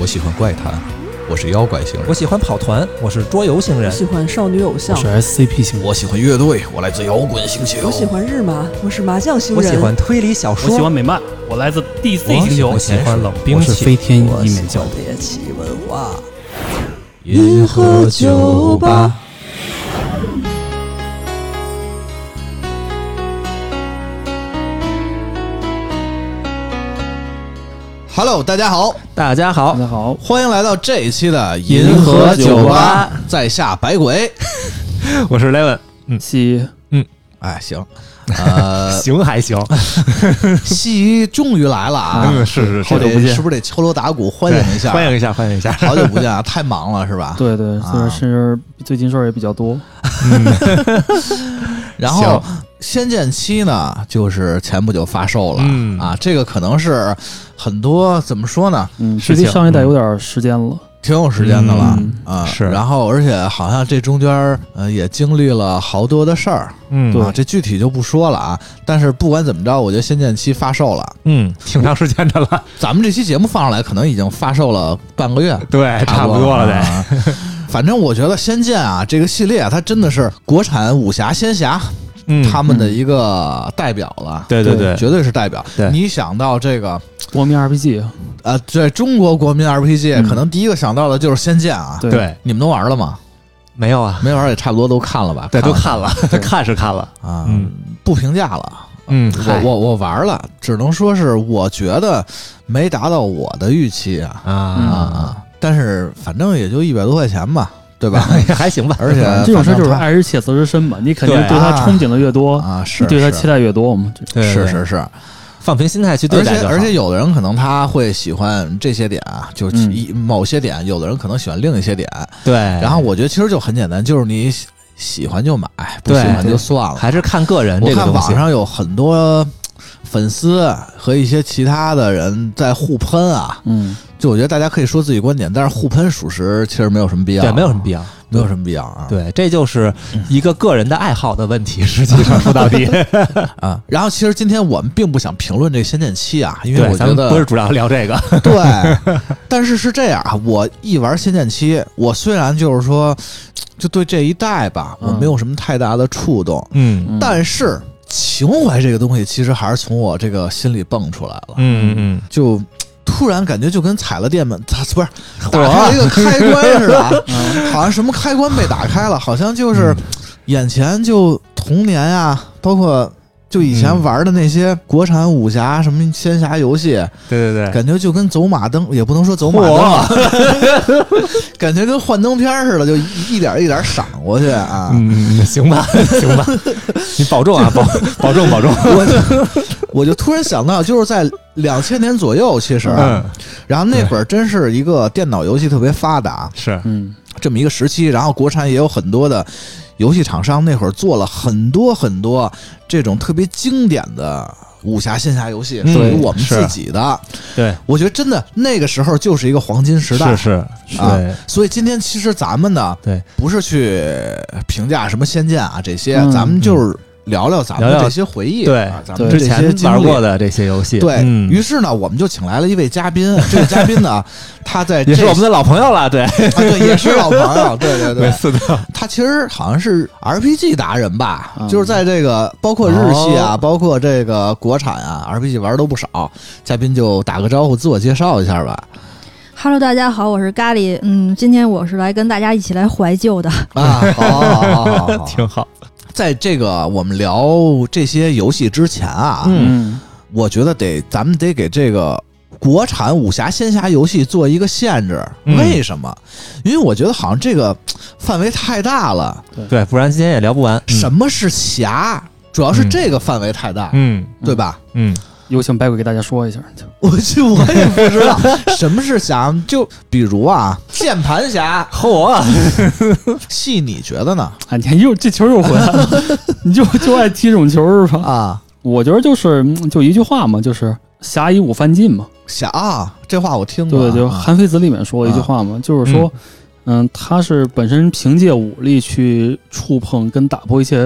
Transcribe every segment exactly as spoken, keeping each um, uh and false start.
喜欢怪谈，我是妖怪星人； 我喜欢跑团，我是桌游星人； 我喜欢少女偶像， 我是 S C P 星人； 我喜欢乐队，我来自摇滚星球； 我喜欢日麻，我是麻将星人； 我喜欢推理小说； 我喜欢美漫，我来自 D C 星球； 我喜欢冷兵器， 我是飞天一面教。 猎奇文化， 银河酒吧。Hello， 大家好， 大家好， 大家好， 欢迎来到这一期的银河酒吧， 在下百鬼， 我是 Levin， 嗯，西， 嗯，哎，行，呃， 行还行， 西终于来了啊， 嗯，是是， 好久不见，是不是得敲锣打鼓欢迎一下？ 欢迎一下，欢迎一下， 好久不见啊，太忙了是吧？ 对对，虽是最近事儿也比较多， 嗯，然后。仙剑七呢，就是前不久发售了，嗯啊，这个可能是很多怎么说呢？ 嗯，距离上一代有点时间了， 挺有时间的了、 嗯、 啊。 是， 然后而且好像这中间呃也经历了好多的事儿， 嗯啊，这具体就不说了啊。但是不管怎么着，我觉得仙剑七发售了， 嗯，挺长时间的了。 咱们这期节目放上来，可能已经发售了半个月， 对，差不多了得。 啊、反正我觉得仙剑啊这个系列啊，它真的是国产武侠仙侠。 嗯， 他们的一个代表了， 对对对， 绝对是代表。 对， 你想到这个国民 R P G 啊， 呃，对中国国民 R P G，、嗯、可能第一个想到的就是《仙剑》啊。 对， 你们都玩了吗？ 没有啊， 没玩也差不多都看了吧？ 对，都看了，看是看了啊，嗯、不评价了。 嗯， 我我我玩了，只能说是我觉得没达到我的预期啊啊啊！嗯、但是反正也就一百多块钱吧。对吧？ 还行吧， 而且这种事就是爱人切，责之深嘛。你肯定对他憧憬的越多啊，是对他期待越多嘛。 是是是， 放平心态去对待就好。 而且而且有的人可能他会喜欢这些点啊，就一某些点；有的人可能喜欢另一些点。 对。 然后我觉得其实就很简单，就是你喜欢就买，不喜欢就算了， 还是看个人。 我看网上有很多粉丝和一些其他的人在互喷啊， 嗯。 就我觉得大家可以说自己观点，但是互喷属实其实没有什么必要， 对，没有什么必要， 没有什么必要啊。 对，这就是一个个人的爱好的问题，实际上说到底啊。然后其实今天我们并不想评论这个《仙剑七》啊，因为我觉得不是主要聊这个。 对，但是是这样啊，我一玩《仙剑七》，我虽然就是说，就对这一代吧，我没有什么太大的触动， 嗯， 但是情怀这个东西其实还是从我这个心里蹦出来了， 嗯嗯， 就。突然感觉就跟踩了电门，它不是打开了一个开关似的，好像什么开关被打开了，好像就是眼前就童年呀，包括就以前玩的那些国产武侠什么仙侠游戏， 对对对， 感觉就跟走马灯，也不能说走马灯，感觉跟幻灯片似的，就一点一点闪过去啊。 嗯，行吧，行吧，你保重啊，保保重保重。 我就我就突然想到，就是在两千年左右，其实，嗯，然后那会儿真是一个电脑游戏特别发达， 是， 嗯， 这么一个时期，然后国产也有很多的游戏厂商，那会儿做了很多很多这种特别经典的武侠仙侠游戏，属于我们自己的。 对， 我觉得真的那个时候就是一个黄金时代， 是是啊。所以今天其实咱们呢， 对， 不是去评价什么仙剑啊这些， 嗯、 咱们就是。聊聊咱们的这些回忆， 对， 啊、咱们之前玩过的这些游戏。 对、 嗯、 于是呢，我们就请来了一位嘉宾。这位嘉宾呢，他在也是我们的老朋友了，对， 啊，对，也是老朋友，对对对， 是的。 他其实好像是 R P G 达人吧，嗯、就是在这个包括日系啊，哦、包括这个国产啊 ，R P G 玩都不少。嘉宾就打个招呼，自我介绍一下吧。 Hello， 大家好，我是咖喱。嗯，今天我是来跟大家一起来怀旧的啊，好，好，好，好，好， 挺好。 在这个我们聊这些游戏之前啊， 嗯， 我觉得得咱们得给这个国产武侠仙侠游戏做一个限制。 嗯、 为什么？因为我觉得好像这个范围太大了， 对，不然今天也聊不完。 嗯、什么是侠？主要是这个范围太大， 嗯， 对吧？ 嗯。 有请百鬼给大家说一下， 我就我也不知道什么是侠，就比如啊，键盘侠， 嚯， 戏你觉得呢？ 啊，你又这球又回来了，你就就爱踢这种球是吧？ 啊， 我觉得就是就一句话嘛，就是侠以武犯禁嘛。 侠啊，这话我听过， 对，就《韩非子》里面说一句话嘛，啊、就是说，嗯，他是本身凭借武力去触碰跟打破一些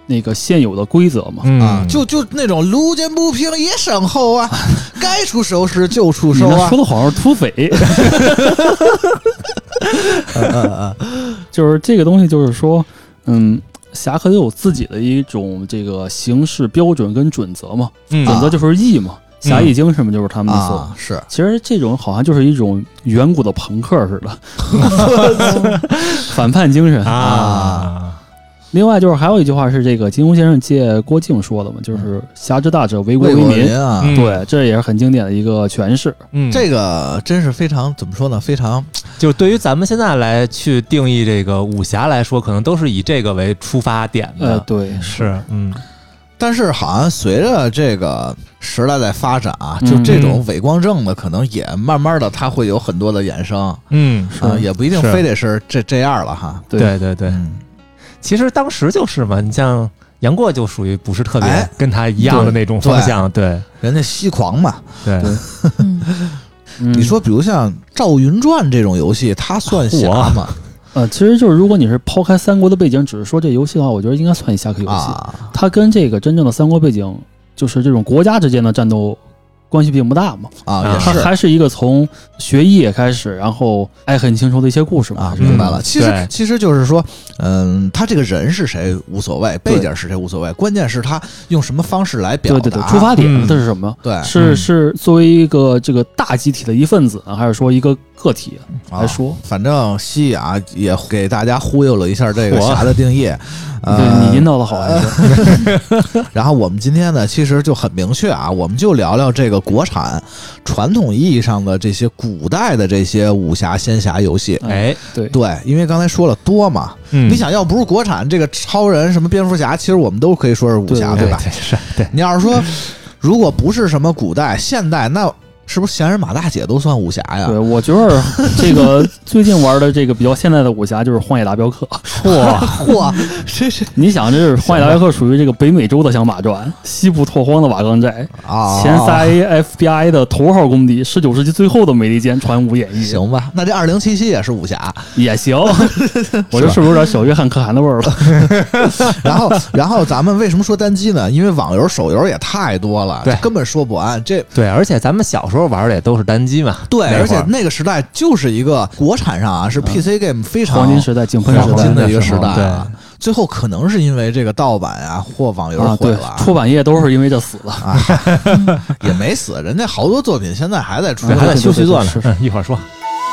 那个现有的规则嘛。 嗯啊，就就那种路见不平一声吼啊，该出手时就出你手啊那说。的好像是土匪，就是这个东西，就是说，嗯，侠客都有自己的一种这个行事标准跟准则嘛， 嗯准则就是义嘛，侠义精神嘛，就是他们的说。 啊，是其实这种好像就是一种远古的朋克似的，反叛精神。 啊， 另外就是还有一句话是这个金庸先生借郭靖说的嘛，就是侠之大者为国为为民。 国民啊。 嗯对，这也是很经典的一个诠释。 嗯， 这个真是非常怎么说呢？非常就对于咱们现在来去定义这个武侠来说，可能都是以这个为出发点的。 呃，对， 是，嗯但是好像随着这个时代在发展啊， 嗯就这种伪光正的，可能也慢慢的它会有很多的衍生嗯， 啊，也不一定是非得是这这样了哈。 对对对对。 嗯， 其实当时就是嘛，你像杨过就属于不是特别哎跟他一样的那种方向，对人家西狂嘛。 对对嗯， 嗯你说，比如像《赵云传》这种游戏，它算侠吗？ 呃，其实就是如果你是抛开三国的背景，只是说这游戏的话，我觉得应该算一侠客游戏。 啊， 它跟这个真正的三国背景，就是这种国家之间的战斗关系并不大嘛。 啊， 啊它也是还是一个从学艺开始，然后爱恨情仇的一些故事嘛。 啊， 还是这样明白了。其实对其实就是说，嗯，他这个人是谁无所谓，背景是谁无所谓，关键是他用什么方式来表达。 对对对，出发点嗯它是什么？ 对是嗯是作为一个这个大集体的一份子，还是说一个个体来说？ 啊反正西雅也给大家忽悠了一下这个我侠的定义。呃对你引导的好还是？ 然后我们今天呢，其实就很明确啊，我们就聊聊这个国产传统意义上的这些古代的这些武侠仙侠游戏。 哎， 对， 对，因为刚才说了多嘛， 嗯你想要不是国产这个超人什么蝙蝠侠，其实我们都可以说是武侠， 对吧？ 对是，对， 你要是说如果不是什么古代、现代，那是不是闲人马大姐都算武侠呀？ 对，我觉得这个最近玩的这个比较现代的武侠就是《荒野大镖客》。 嚯， 嚯，这是你想，这是《荒野大镖客》属于这个北美洲的响马传，西部拓荒的瓦岗寨， 啊， 前 C I A F B I 的头号公敌，十九世纪最后的美利坚传武演义， 行吧？那这二零七七也是武侠。 也行。我这是不是有点小约翰可汗的味儿了？ 然后，然后咱们为什么说单机呢？因为网游、手游也太多了， 对根本说不完。这对，而且咱们小时候玩的也都是单机嘛， 对， 那会儿而且那个时代就是一个国产上啊，是 P C game 非常黄金时代、井喷时黄金代的一个时代对啊。最后可能是因为这个盗版呀、或网游啊，对毁了，， 出版业都是因为这死的。 啊，也没死，人家好多作品现在还在出对，还在对休息做呢对对， 嗯一会儿说。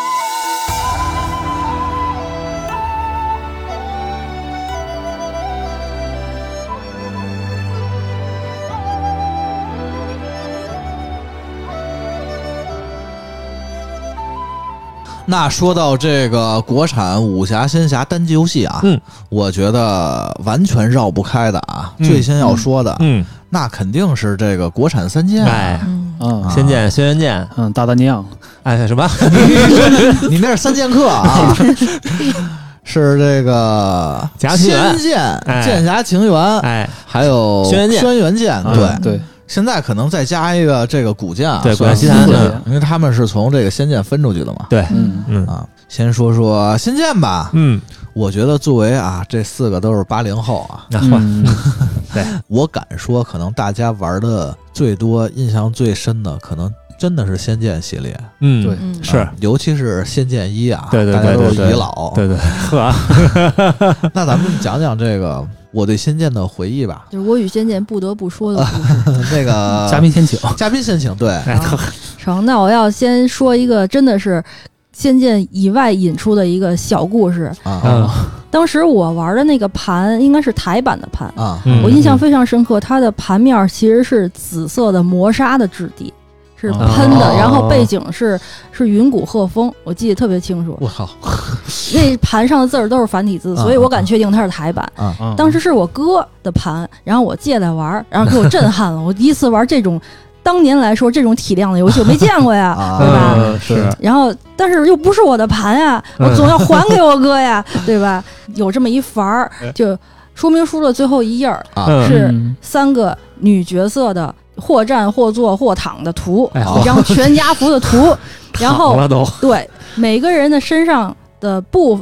那说到这个国产武侠仙侠单机游戏啊， 嗯， 我觉得完全绕不开的啊， 嗯最先要说的， 嗯， 那肯定是这个国产三剑啊。 哎， 嗯， 嗯仙剑、轩辕剑， 嗯，大大娘， 哎，什么？ 你那是三剑客啊，是这个侠情缘仙剑、 哎剑侠情缘， 哎， 还有轩辕剑轩辕剑， 啊对。 对， 现在可能再加一个这个古剑啊， 对算古剑奇谭四嗯剑因为他们是从这个仙剑分出去的嘛。 对， 嗯嗯啊，先说说仙剑吧。 嗯， 我觉得作为啊，这四个都是八零后啊， 然后嗯， 我敢说，可能大家玩的最多、印象最深的，可能真的是仙剑系列。 嗯， 对嗯是啊尤其是仙剑一啊， 对对大家都是对对对遗老。 对对，呵， 那咱们讲讲这个我对仙剑的回忆吧。 就是我与仙剑不得不说的故事。 那个嘉宾先请。 嘉宾先请，对， 哎，特成，那我要先说一个真的是仙剑以外引出的一个小故事。 啊嗯当时我玩的那个盘应该是台版的盘， 啊嗯我印象非常深刻，它的盘面其实是紫色的磨砂的质地，是喷的， 哦然后背景是是云谷鹤峰，我记得特别清楚。 我靠那盘上的字儿都是繁体字，所以我敢确定它是台版。 啊嗯当时是我哥的盘，然后我借来玩，然后给我震撼了。我第一次玩这种，当年来说这种体量的游戏我没见过呀， 啊对吧？ 嗯是， 然后，但是又不是我的盘呀，我总要还给我哥呀，对吧？有这么一番儿，就说明书的最后一页儿啊嗯是嗯三个女角色的或站或坐或躺的图， 哎一张全家福的图，然后好了都， 对每个人的身上的部分。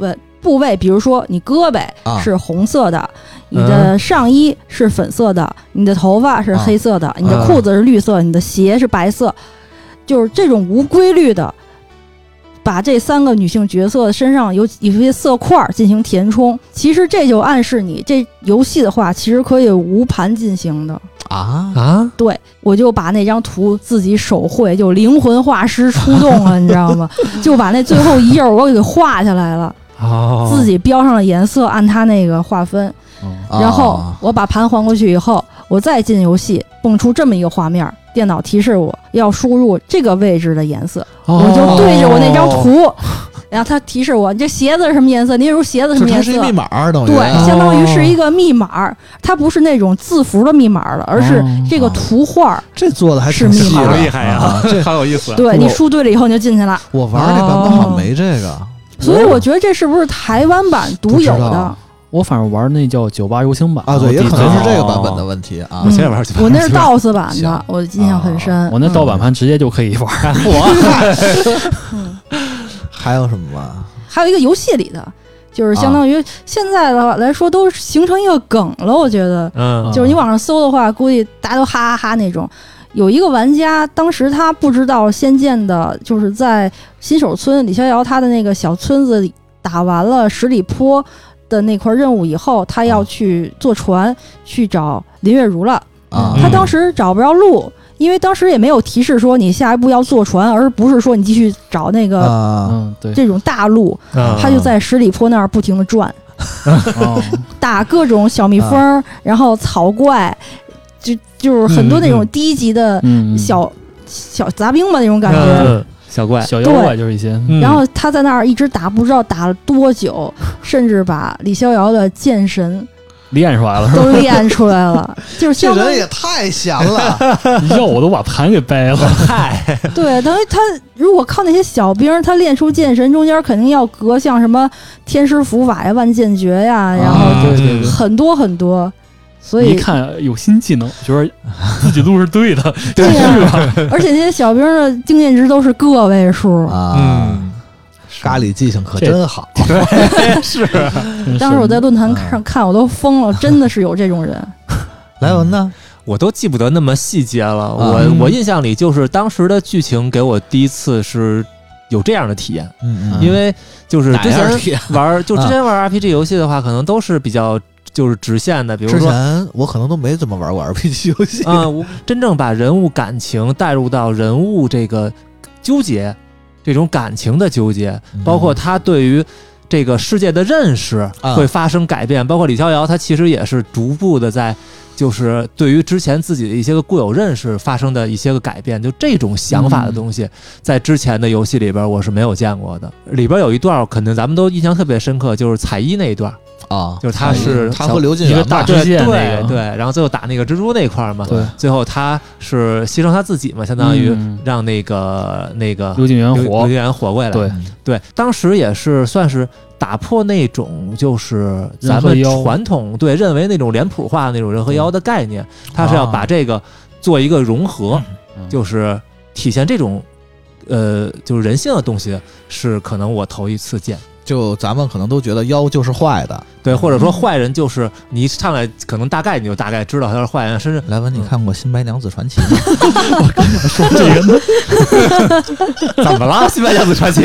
部位，比如说你胳膊是红色的， 啊、 你的上衣是粉色的，你的头发是黑色的，啊、你的裤子是绿色，你的鞋是白色，就是这种无规律的。把这三个女性角色身上有有些色块进行填充，其实这就暗示你这游戏的话，其实可以无盘进行的啊啊！ 对，我就把那张图自己手绘，就灵魂画师出动了，你知道吗？就把那最后一页我给画下来了， 哦， 自己标上了颜色，按它那个划分， 哦、 然后我把盘还过去以后，我再进游戏，蹦出这么一个画面。电脑提示我要输入这个位置的颜色，哦、我就对着我那张图，然后它提示我，你这鞋子是什么颜色？你比如鞋子什么颜色？ 它是一密码，等于对，相当于是一个密码，它不是那种字符的密码了，而是这个图画。 哦、这做的还是密码， 好厉害呀、啊！这好有意思。 对你输对了以后你就进去了。 我玩那版本好像没这个， 哦、所以我觉得这是不是台湾版独有的？ 我反正玩那叫九八柔情版啊，对，也可能是这个版本的问题啊。 我现在玩， 我那是 D O S 版的，我印象很深。 我那盗版盘直接就可以玩。 我还有什么吧？ 还有一个游戏里的，就是相当于现在的来说都形成一个梗了。我觉得， 嗯， 就是你网上搜的话，估计大家都哈哈哈那种。有一个玩家，当时他不知道《仙剑》的，就是在新手村李逍遥他的那个小村子里打完了十里坡的那块任务以后，他要去坐船、啊、去找林月如了。 啊， 他当时找不着路，因为当时也没有提示说你下一步要坐船，而不是说你继续找那个、 啊、 这种大路。 啊、 他就在十里坡那儿不停的转， 啊、 打各种小蜜蜂，啊、然后草怪，就就是很多那种低级的小、嗯、小杂兵吧那种感觉。 嗯小怪、 小妖怪就是一些， 然后他在那儿一直打，不知道打了多久，甚至把李逍遥的剑神练出来了， 都练出来了。就是这人也太闲了， 要我都把盘给掰了。 嗨， 对，等于他如果靠那些小兵，他练出剑神中间肯定要隔像什么天师伏法呀、万剑诀呀，然后很多很多。所以一看有新技能，觉得自己路是对的， 对呀、啊。而且那些小兵的经验值都是个位数啊，嗯，咖喱记性可真好。 对，是。 当时我在论坛上看，我都疯了，真的是有这种人。 莱文呢？ 我都记不得那么细节了。我、嗯、我印象里就是当时的剧情给我第一次是有这样的体验， 嗯嗯， 因为就是之前玩就之前玩 R P G 游戏的话，可能都是比较。就是直线的，比如说， 之前我可能都没怎么玩过 R P G 游戏啊、嗯。真正把人物感情带入到人物这个纠结，这种感情的纠结，包括他对于这个世界的认识会发生改变。嗯、包括李逍遥，他其实也是逐步的在，就是对于之前自己的一些个固有认识发生的一些个改变。就这种想法的东西，在之前的游戏里边我是没有见过的。里边有一段肯定咱们都印象特别深刻，就是彩衣那一段。 啊， 就是他是他和刘进元一个大支线， 对对，然后最后打那个蜘蛛那块嘛， 对， 最后他是牺牲他自己嘛，相当于让那个、嗯、那个刘进元活， 刘进元活过来， 对对，当时也是算是打破那种就是咱们传统对认为那种脸谱化那种人和妖的概念，他是要把这个做一个融合， 嗯、 就是体现这种呃就是人性的东西，是可能我头一次见。 就咱们可能都觉得妖就是坏的， 对，或者说坏人就是你一上来可能大概你就大概知道他是坏人。甚至莱文，你看过《新白娘子传奇》吗？ 我刚才说这个呢，怎么了？《新白娘子传奇》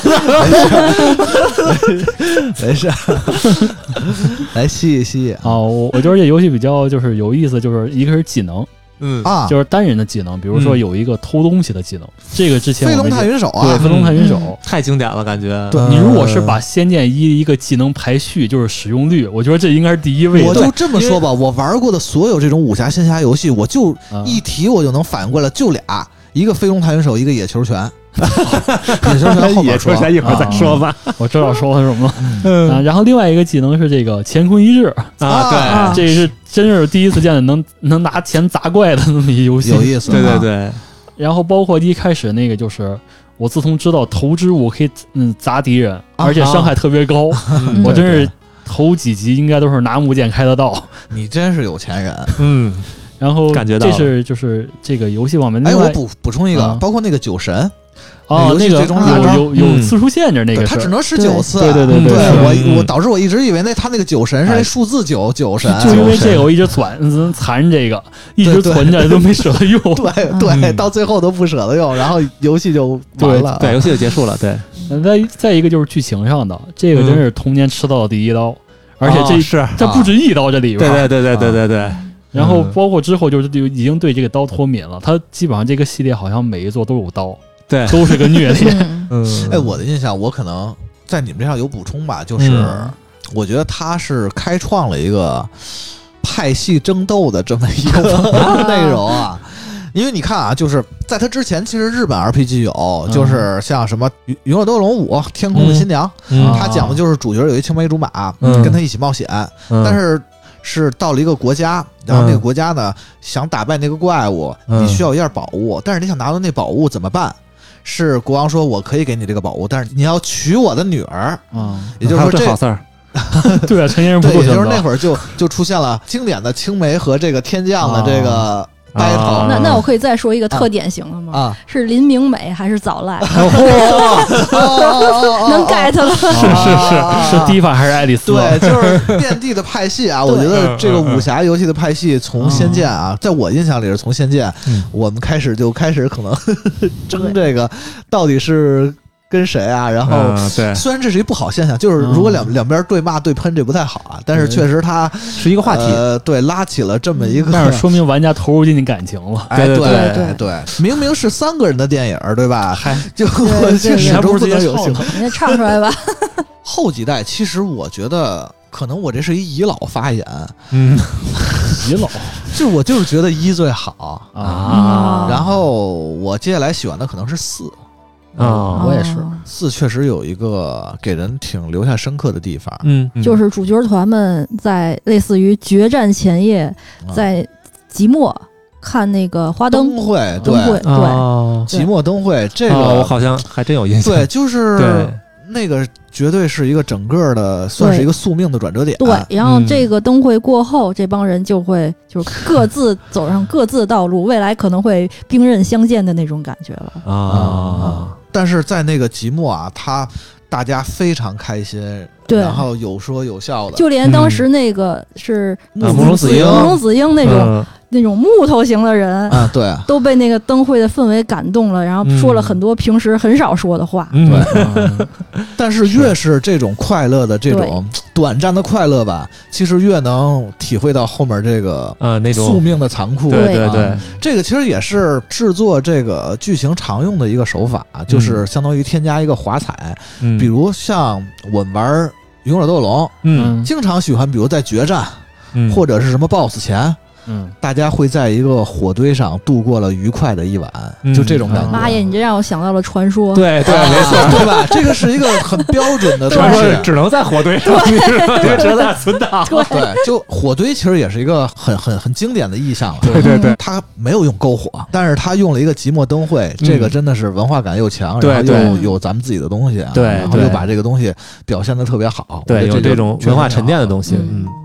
没事，来吸一吸啊！我我觉得这游戏比较就是有意思，就是一个是技能。 嗯啊，就是单人的技能，比如说有一个偷东西的技能，嗯、这个之前飞龙探云手啊， 对，飞龙探云手、 嗯、太经典了，感觉。 对，你如果是把《仙剑一》一个技能排序，就是使用率，我觉得这应该是第一位的。 我就这么说吧，我玩过的所有这种武侠仙侠游戏，我就一提我就能反应过来，就俩，一个飞龙探云手，一个野球拳。野球拳后面说， 野球拳一会儿再说吧。 啊、我知道说的是什么、嗯、啊。然后另外一个技能是这个乾坤一日啊，对， 啊、 这是真是第一次见的能能拿钱砸怪的那么一游戏， 有意思。 对对对。 然后包括一开始那个就是我自从知道投掷物可以嗯砸敌人，而且伤害特别高， 啊、 我真是头几集应该都是拿木剑开得到。 你真是有钱人， 嗯。然后感觉到这是就是这个游戏方面。 哎，我补补充一个， 嗯、 包括那个酒神。 哦，那个最终大招有有有次数限制，那个他只能十九次。 对对对对， 嗯我我导致我一直以为那他那个酒神是那数字九九神， 就因为这个我一直攒攒这个，一直存着都没舍得用。 对对，到最后都不舍得用，然后游戏就完了， 对，游戏就结束了。对， 再再一个就是剧情上的，这个真是童年吃到的第一刀，而且这是这不止一刀，这里边。 对对对对对对对。 然后包括之后就是已经对这个刀脱敏了，他基本上这个系列好像每一座都有刀。 对， 都是个虐恋。 嗯， 哎，我的印象，我可能在你们这上有补充吧，就是、嗯、我觉得他是开创了一个派系争斗的这么一个内容啊。因为你看啊，就是在他之前，其实日本 R P G 有，嗯、就是像什么《勇者斗龙五》《天空的新娘》，嗯，他讲的就是主角有一青梅竹马，嗯、跟他一起冒险，嗯、但是。是到了一个国家，然后那个国家呢、嗯、想打败那个怪物，你需要一件宝物，嗯、但是你想拿到那宝物怎么办？是国王说我可以给你这个宝物，但是你要娶我的女儿。 嗯， 也就是说这好事儿。 对啊，成年人不做选择。 对，也就是那会儿就就出现了经典的青梅和这个天降的这个。 啊、那那我可以再说一个特典型的吗？ 啊， 是林明美还是早濑？ 哦、 能 get 了？ 是是是是，迪法还是爱丽丝？ 对，就是遍地的派系啊！我觉得这个武侠游戏的派系从《仙剑》啊，在我印象里是从《仙剑》嗯，我们开始就开始可能呵呵争这个到底是。跟谁啊？然后、 嗯、对， 虽然这是一不好现象，就是如果两、嗯、两边对骂对喷，这不太好啊。但是确实它是一个话题， 呃，对，拉起了这么一个， 但是说明玩家投入进去感情了。 哎，对对对对，明明是三个人的电影，对吧？ 还就始终不能有幸， 人家唱出来吧。 后几代其实我觉得，可能我这是一遗老发言， 嗯， 遗老， 就我就是觉得一最好啊。 然后我接下来喜欢的可能是四。 啊、哦， 我也是。 四确实有一个给人挺留下深刻的地方， 嗯， 就是主角团们在类似于决战前夜，在即墨看那个花灯灯会， 灯会，对， 哦、 即墨灯会，这个、 哦、我好像还真有印象。 对，就是对那个绝对是一个整个的，算是一个宿命的转折点。 对，然后这个灯会过后，嗯、这帮人就会就各自走上各自的道路，未来可能会兵刃相见的那种感觉了啊。啊但是在那个即墨啊，他大家非常开心， 对， 然后有说有笑的， 就连当时那个是慕容子英、 慕容子英那种、 嗯、 那种木头型的人啊，对， 都被那个灯会的氛围感动了，然后说了很多平时很少说的话。 嗯、 对、嗯，但是越是这种快乐的这种短暂的快乐吧，其实越能体会到后面这个呃那种宿命的残酷。 对对对、 啊，这个其实也是制作这个剧情常用的一个手法，就是相当于添加一个华彩， 嗯、 比如像我们玩勇者斗龙， 嗯， 经常喜欢，比如在决战， 嗯， 或者是什么 B O S S 前， 嗯， 大家会在一个火堆上度过了愉快的一晚，嗯、就这种感觉。 妈呀，你这让我想到了传说。 对对，没错， 对吧？这个是一个很标准的传说，只能在火堆上，你知道吗？只能在存档。 对，就火堆其实也是一个很很很经典的意象了。 对对对， 他没有用篝火，但是他用了一个即墨灯会， 嗯、 这个真的是文化感又强， 对然后又有咱们自己的东西啊， 对， 然后又把这个东西表现的特别好， 对，有这种文化沉淀的东西， 嗯。 嗯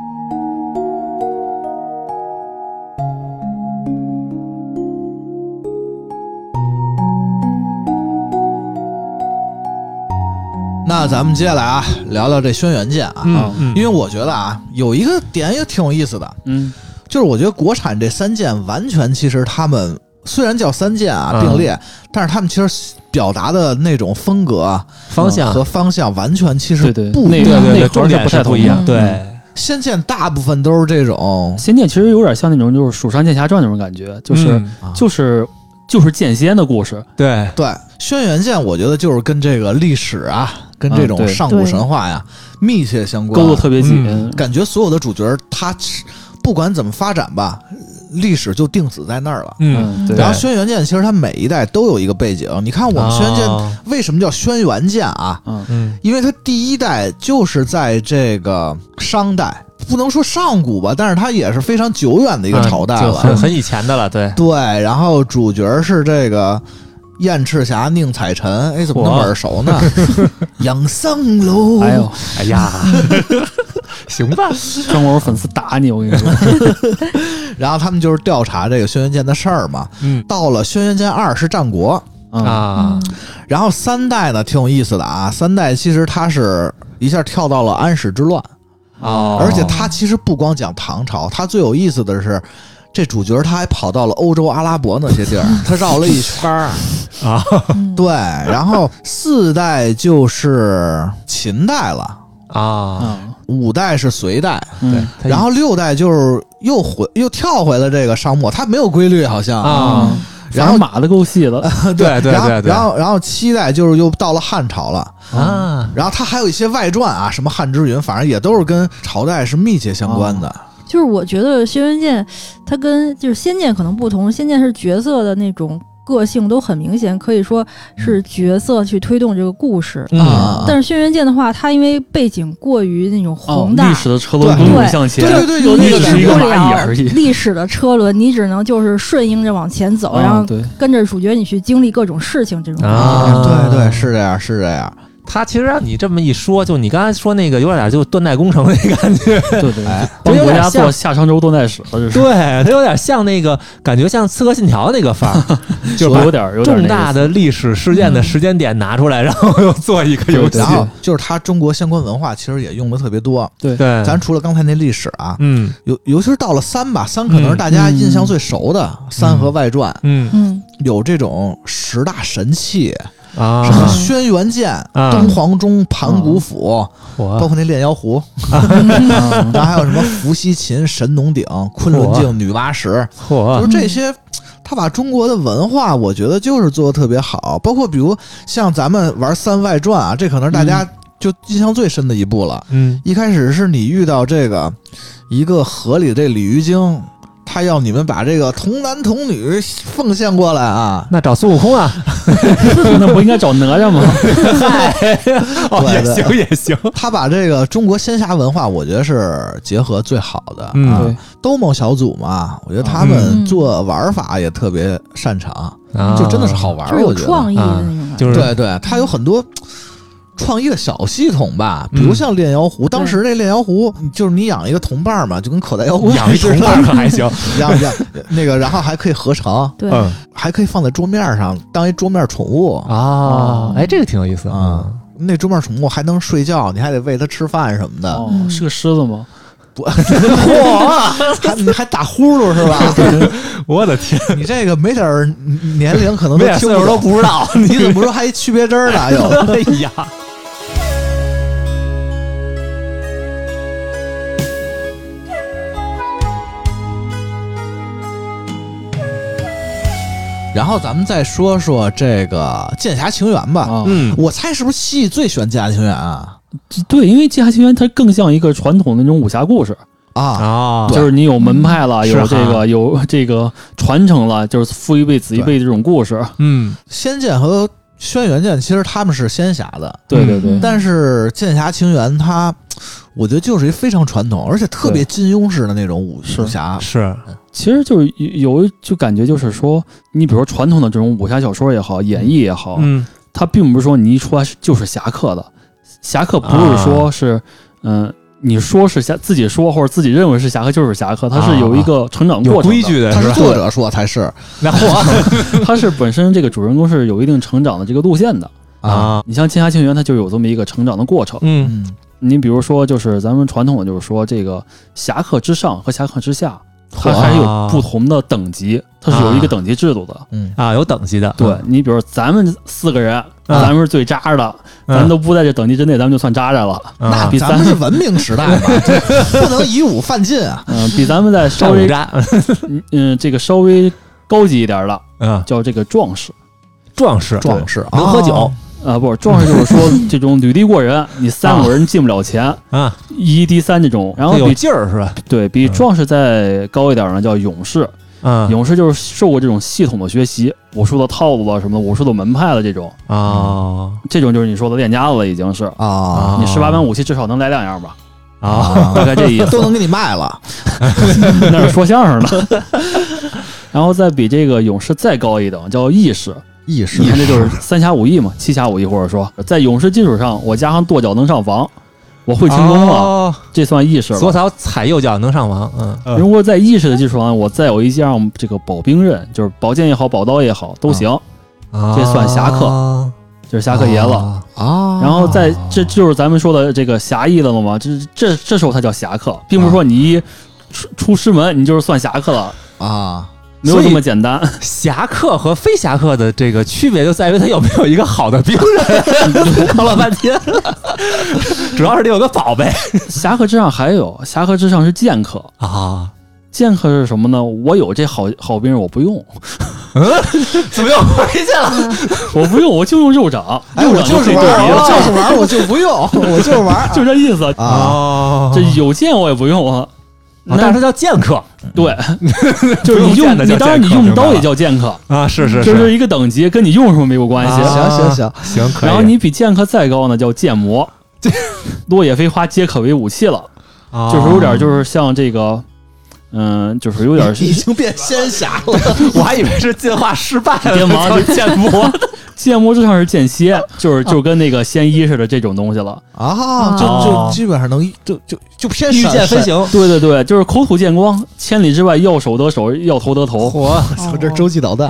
那咱们接下来啊，聊聊这轩辕剑啊， 嗯嗯、 因为我觉得啊，有一个点也挺有意思的， 嗯， 就是我觉得国产这三剑完全其实他们虽然叫三剑啊并列，嗯、但是他们其实表达的那种风格、 方向和方向完全其实不一样，那个重点不太不一样。对， 仙剑大部分都是这种， 仙剑其实有点像那种就是《蜀山剑侠传》那种感觉，就是、嗯、就是。就是剑仙的故事， 对对，轩辕剑我觉得就是跟这个历史啊，跟这种上古神话呀、嗯、密切相关， 勾得特别紧、 嗯，感觉所有的主角他不管怎么发展吧，历史就定死在那儿了。 嗯，对。 然后轩辕剑其实它每一代都有一个背景，你看我们轩辕剑为什么叫轩辕剑啊？ 嗯， 因为它第一代就是在这个商代。不能说上古吧，但是它也是非常久远的一个朝代了， 嗯、很很以前的了，对对。然后主角是这个燕赤霞、宁采臣，哎，怎么那么耳熟呢？养桑楼， 哎呦， 哎呀，行吧， 张国粉丝打你，我跟你说。 然后他们就是调查这个轩辕剑的事儿嘛。 嗯， 到了轩辕剑二是战国。 啊。 然后三代呢挺有意思的啊，三代其实它是一下跳到了安史之乱哦， 而且它其实不光讲唐朝，它最有意思的是。这主角他还跑到了欧洲、阿拉伯那些地儿，他绕了一圈儿啊。 对，然后四代就是秦代了啊， 五代是隋代， 对， 然后六代就是又回又跳回了这个商末，它没有规律好像啊。 然后码的够细了， 对对对对。 然后然后七代就是又到了汉朝了啊。 然后它还有一些外传啊，什么汉之云，反正也都是跟朝代是密切相关的。 就是我觉得轩辕剑它跟就是仙剑可能不同，仙剑是角色的那种个性都很明显，可以说是角色去推动这个故事啊、嗯。 但是轩辕剑的话，它因为背景过于那种宏大， 哦、历史的车轮滚滚向前， 对对对，有那个是一个蚂蚁而已。 历史的车轮，你只能就是顺应着往前走， 啊、 然后跟着主角你去经历各种事情，这种啊，对对，是这样，是这样。 他其实让你这么一说，就你刚才说那个有点就断代工程那感觉， 对对， 哎， 帮国家做夏商周断代史了，这是。 对，他有点像那个感觉，像《刺客信条》那个范儿， 就有点有点重大的历史事件的时间点拿出来，然后又做一个游戏。 然后就是他中国相关文化其实也用的特别多。 对对， 咱除了刚才那历史啊， 嗯， 尤尤其是到了三吧，三可能是大家印象最熟的三和外传， 嗯嗯， 有这种十大神器。 啊， 什么轩辕剑、 啊、 东皇钟、盘古斧， 啊、 包括那炼妖壶，啊、然后还有什么伏羲琴、神农鼎、昆仑镜、女娲石，就是这些。他把中国的文化，我觉得就是做的特别好，包括比如像咱们玩三外传啊，这可能是大家就印象最深的一部了。 嗯， 一开始是你遇到这个一个河里的这鲤鱼精。他要你们把这个童男童女奉献过来啊！ 那找孙悟空啊？ 那不应该找哪吒吗？ 嗨，哦，也行也行。 他把这个中国仙侠文化，我觉得是结合最好的。 嗯， 啊、兜梦小组嘛，我觉得他们做玩法也特别擅长， 嗯、 就真的是好玩。 就是有创意的那种、 啊，就是对对，他有很多。创意的小系统吧，比如像炼妖壶，嗯、当时这炼妖壶就是你养一个同伴嘛，就跟口袋妖怪养一同伴可还行， 养养那个，然后还可以合成， 对， 嗯、 还可以放在桌面上当一桌面宠物啊，哎，这个挺有意思啊。那桌面宠物还能睡觉，你还得喂它吃饭什么的。 哦，是个狮子吗？ 不，嚯，还你还打呼噜是吧？ 我的天， 你这个没点年龄可能都听不都不知道， 你怎么说还区别针呢？又， 哎呀。 然后咱们再说说这个《剑侠情缘》吧。 嗯， 我猜是不是西最喜欢《剑侠情缘》啊？ 对，因为《剑侠情缘》它更像一个传统的那种武侠故事啊啊， 就是你有门派了， 嗯、 有这个有这个传承了，就是父一辈子一辈这种故事。 嗯， 仙剑和轩辕剑其实他们是仙侠的， 对对对， 但是《剑侠情缘》它，我觉得就是一非常传统，而且特别金庸式的那种武武侠。 是， 其实就是有就感觉就是说，你比如说传统的这种武侠小说也好，演绎也好， 嗯， 它并不是说你一出来就是侠客的，侠客不是说是，嗯、啊呃，你说是侠自己说或者自己认为是侠客就是侠客，它是有一个成长过程的， 有规矩的， 他是作者说才是， 那我他是本身这个主人公是有一定成长的这个路线的啊。 你像《剑侠情缘》，它就有这么一个成长的过程。 嗯， 你比如说，就是咱们传统的，就是说这个侠客之上和侠客之下，它还是有不同的等级，它是有一个等级制度的。 嗯啊，有等级的。 对你，比如咱们四个人， 嗯、 咱们是最渣的， 嗯、 咱都不在这等级之内，咱们就算渣渣了。 嗯、那比咱们是文明时代嘛，不能以武犯禁啊。 嗯，比咱们再稍微渣， 嗯，这个稍微高级一点的， 嗯， 叫这个壮士。 壮士， 壮士能喝酒。 哦啊，不是壮士，就是说这种履地过人，你三个人进不了前啊， 一敌三这种，然后有劲儿是吧？ 对比壮士再高一点呢，叫勇士。 嗯， 勇士就是受过这种系统的学习，武术的套路了什么的，武术的门派了这种啊， 这种就是你说的练家子了，已经是啊， 你十八般武器至少能来两样吧？ 啊， 大概这意思， 都能给你卖了， 那是说相声的。然后再比这个勇士再高一等，叫义士。 义士， 你看这就是三侠五义嘛，七侠五义，或者说在勇士基础上，我加上跺脚能上房，我会轻功了， 哦、 这算义士了。 左脚踩右脚能上房，嗯。 如果在义士的基础上，我再有一项这个宝兵刃，就是宝剑也好，宝刀也好都行。 这算侠客，就是侠客爷了啊。 然后在这就是咱们说的这个侠义了嘛，这这这时候他叫侠客，并不是说你一出出师门你就是算侠客了啊。 没有这么简单。 侠客和非侠客的这个区别就在于他有没有一个好的兵人。看了半天，主要是得有个宝贝。 侠客之上还有侠客之上是剑客啊， 剑客是什么呢？我有这好好兵人我不用， 嗯，怎么又回去了？ 我不用，我就用肉掌。 哎，我就是玩，我就是玩，我就不用，我就是玩， 就这意思啊。 这有剑我也不用啊。 那但是他叫剑客， 对，就是你用你当然你用刀也叫剑客啊，是是， 就是一个等级，跟你用什么没有关系。 行行行行，可以。 然后你比剑客再高呢，叫剑魔，落叶飞花皆可为武器了，就是有点就是像这个，嗯，就是有点已经变仙侠了， 我还以为是进化失败了， 剑魔剑魔。 剑魔之上是剑蝎，就是就跟那个仙衣似的这种东西了啊，就就基本上能就就就偏御剑飞行， 对对对，就是口吐剑光，千里之外要手得手，要头得头。 嚯，这洲际导弹。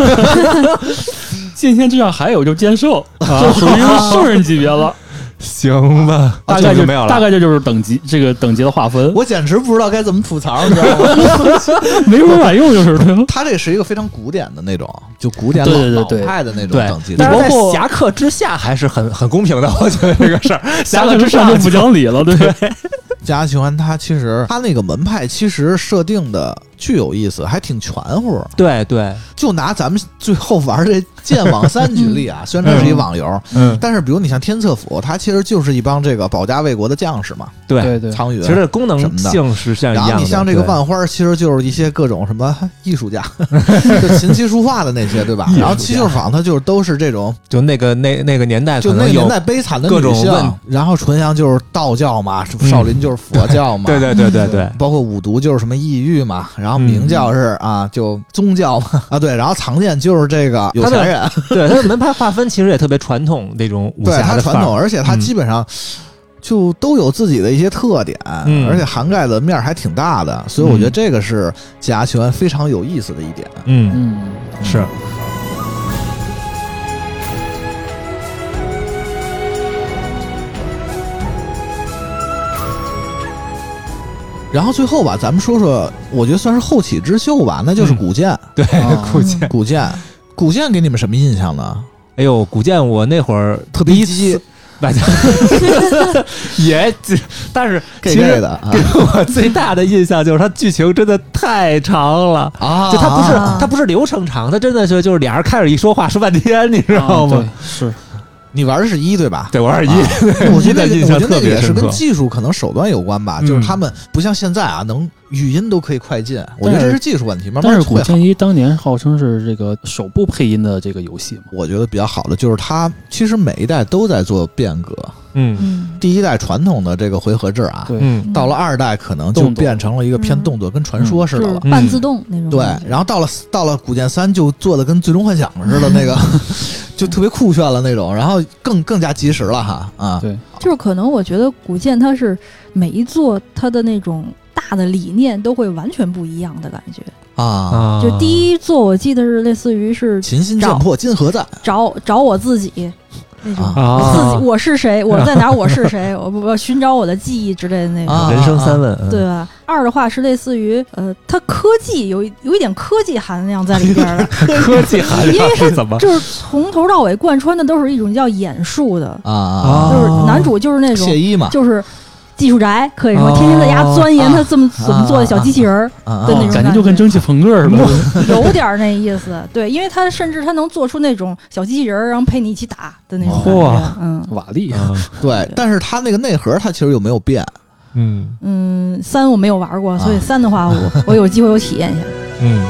剑仙之上还有就剑圣，这属于圣人级别了。 行吧， 大概就没有了， 大概这就是等级这个等级的划分。 我简直不知道该怎么吐槽，你知道吗？ 没什么管用，就是他这是一个非常古典的那种，就古典老派的那种等级。 但是在侠客之下还是很很公平的，我觉得这个事儿。 侠客之上就不讲理了，对。 家齐环他其实他那个门派其实设定的巨有意思，还挺全乎。 对对， 就拿咱们最后玩这剑网三举例啊，虽然这是一网游，嗯，但是比如你像天策府，它其实就是一帮这个保家卫国的将士嘛。 对对对， 苍云， 其实功能性是像一样的。 然后你像这个万花，其实就是一些各种什么艺术家，就琴棋书画的那些，对吧？然后七秀坊它就是都是这种， 就那个那那个年代， 就那个年代悲惨的各种问。然后纯阳就是道教嘛，少林就是佛教嘛， 对对对对对， 包括五毒就是什么异域嘛，然后明教是啊就宗教嘛啊对，然后藏剑就是这个有钱人， 对他的门派划分其实也特别传统那种武侠的， 对，它传统，而且它基本上。就都有自己的一些特点，嗯、而且涵盖的面还挺大的，所以我觉得这个是家齐环非常有意思的一点。 嗯嗯，是。 然后最后吧，咱们说说，我觉得算是后起之秀吧，那就是古剑。 嗯、对， 啊、 古剑， 古剑，古剑给你们什么印象呢？ 哎呦，古剑我那会儿特别激。 大家也，但是其实给我最大的印象就是它剧情真的太长了啊！就它不是它不是流程长，它真的是就是俩人开始一说话说半天，你知道吗？ 是。 你玩的是一对吧？ 对，我玩一， 我觉得印象特别深刻。是跟技术可能手段有关吧，就是他们不像现在啊，能语音都可以快进。我觉得这是技术问题，慢慢。 但是古剑一当年号称是这个首部配音的这个游戏嘛， 我觉得比较好的就是它其实每一代都在做变革。 嗯， 第一代传统的这个回合制啊， 嗯， 到了二代可能就变成了一个偏动作，跟传说似的了， 半自动那种。 对，然后到了到了古剑三就做的跟最终幻想似的那个。就特别酷炫了那种，然后更更加及时了哈啊！ 对， 就是可能我觉得古剑它是每一座它的那种大的理念都会完全不一样的感觉啊。 就第一座我记得是类似于是秦心剑破金河战， 找找我自己那种，我自己我是谁，我在哪，我是谁，我我寻找我的记忆之类的那种人生三问， 对吧？二的话是类似于呃，它科技有有一点科技含量在里边的， 科技含量是怎么？ 就是从头到尾贯穿的都是一种叫演术的啊， 就是男主就是那种谢衣嘛， 就是技术宅，可以说天天在家钻研他这么怎么做的小机器人儿的那种感觉，就跟蒸汽朋克似的， 有点那意思。对，因为他甚至他能做出那种小机器人儿，然后陪你一起打的那种感觉。嗯， 瓦力， 对，但是他那个内核，他其实有没有变？ 嗯嗯，三我没有玩过，所以三的话我，我我有机会我体验一下。 嗯。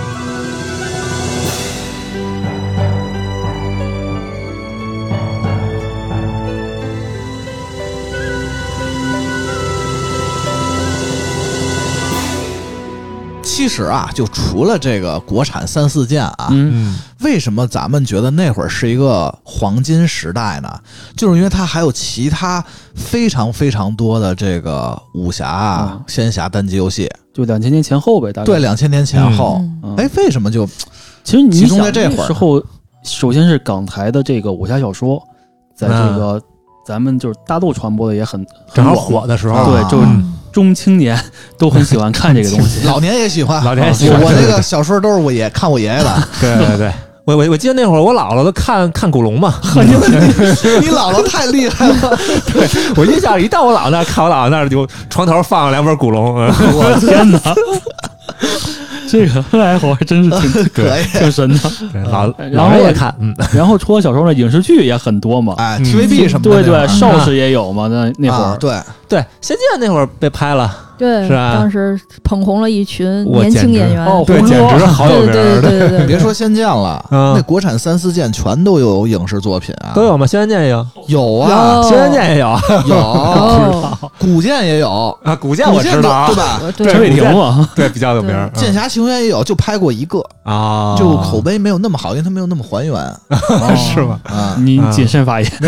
其实啊，就除了这个国产三四剑啊， 嗯， 为什么咱们觉得那会儿是一个黄金时代呢？就是因为它还有其他非常非常多的这个武侠啊、嗯、仙侠单机游戏， 就两千年前后呗，大概对，两千年前后。哎、 嗯， 为什么就其实你集中在这会儿时候？ 首先是港台的这个武侠小说，在这个、嗯、咱们就是大豆传播的也很正好火的时候， 对，就是中青年都很喜欢看这个东西， 老年也喜欢， 老年也喜欢。 我那个小说都是我爷看我爷爷的， 对对对。我我我记得那会儿我姥姥都看看古龙嘛， 你姥姥太厉害了。 对，我印象一到我姥姥那儿看，我姥姥那儿就床头放了两本古龙， 我天哪！这个爱好还真是挺可以， 挺神的。 老然后也看，嗯， 然后除了小说呢，影视剧也很多嘛， 哎 ，T V B 什么的， 对对，邵氏也有嘛，那那会儿， 对对，《仙剑》那会儿被拍了， 对， 是吧？ 当时捧红了一群年轻演员， 哦， 对，简直好有名。 对对对对， 别说《仙剑》了，那国产三四剑全都有影视作品啊， 都有吗？《仙剑》也有， 有啊， 《仙剑》也有， 有，古剑也有啊，古剑我知道， 对吧？ 陈伟霆嘛， 对，比较有名， 《剑侠情缘》也有，就拍过一个啊， 就口碑没有那么好，因为它没有那么还原， 是吗？ 啊， 你谨慎发言。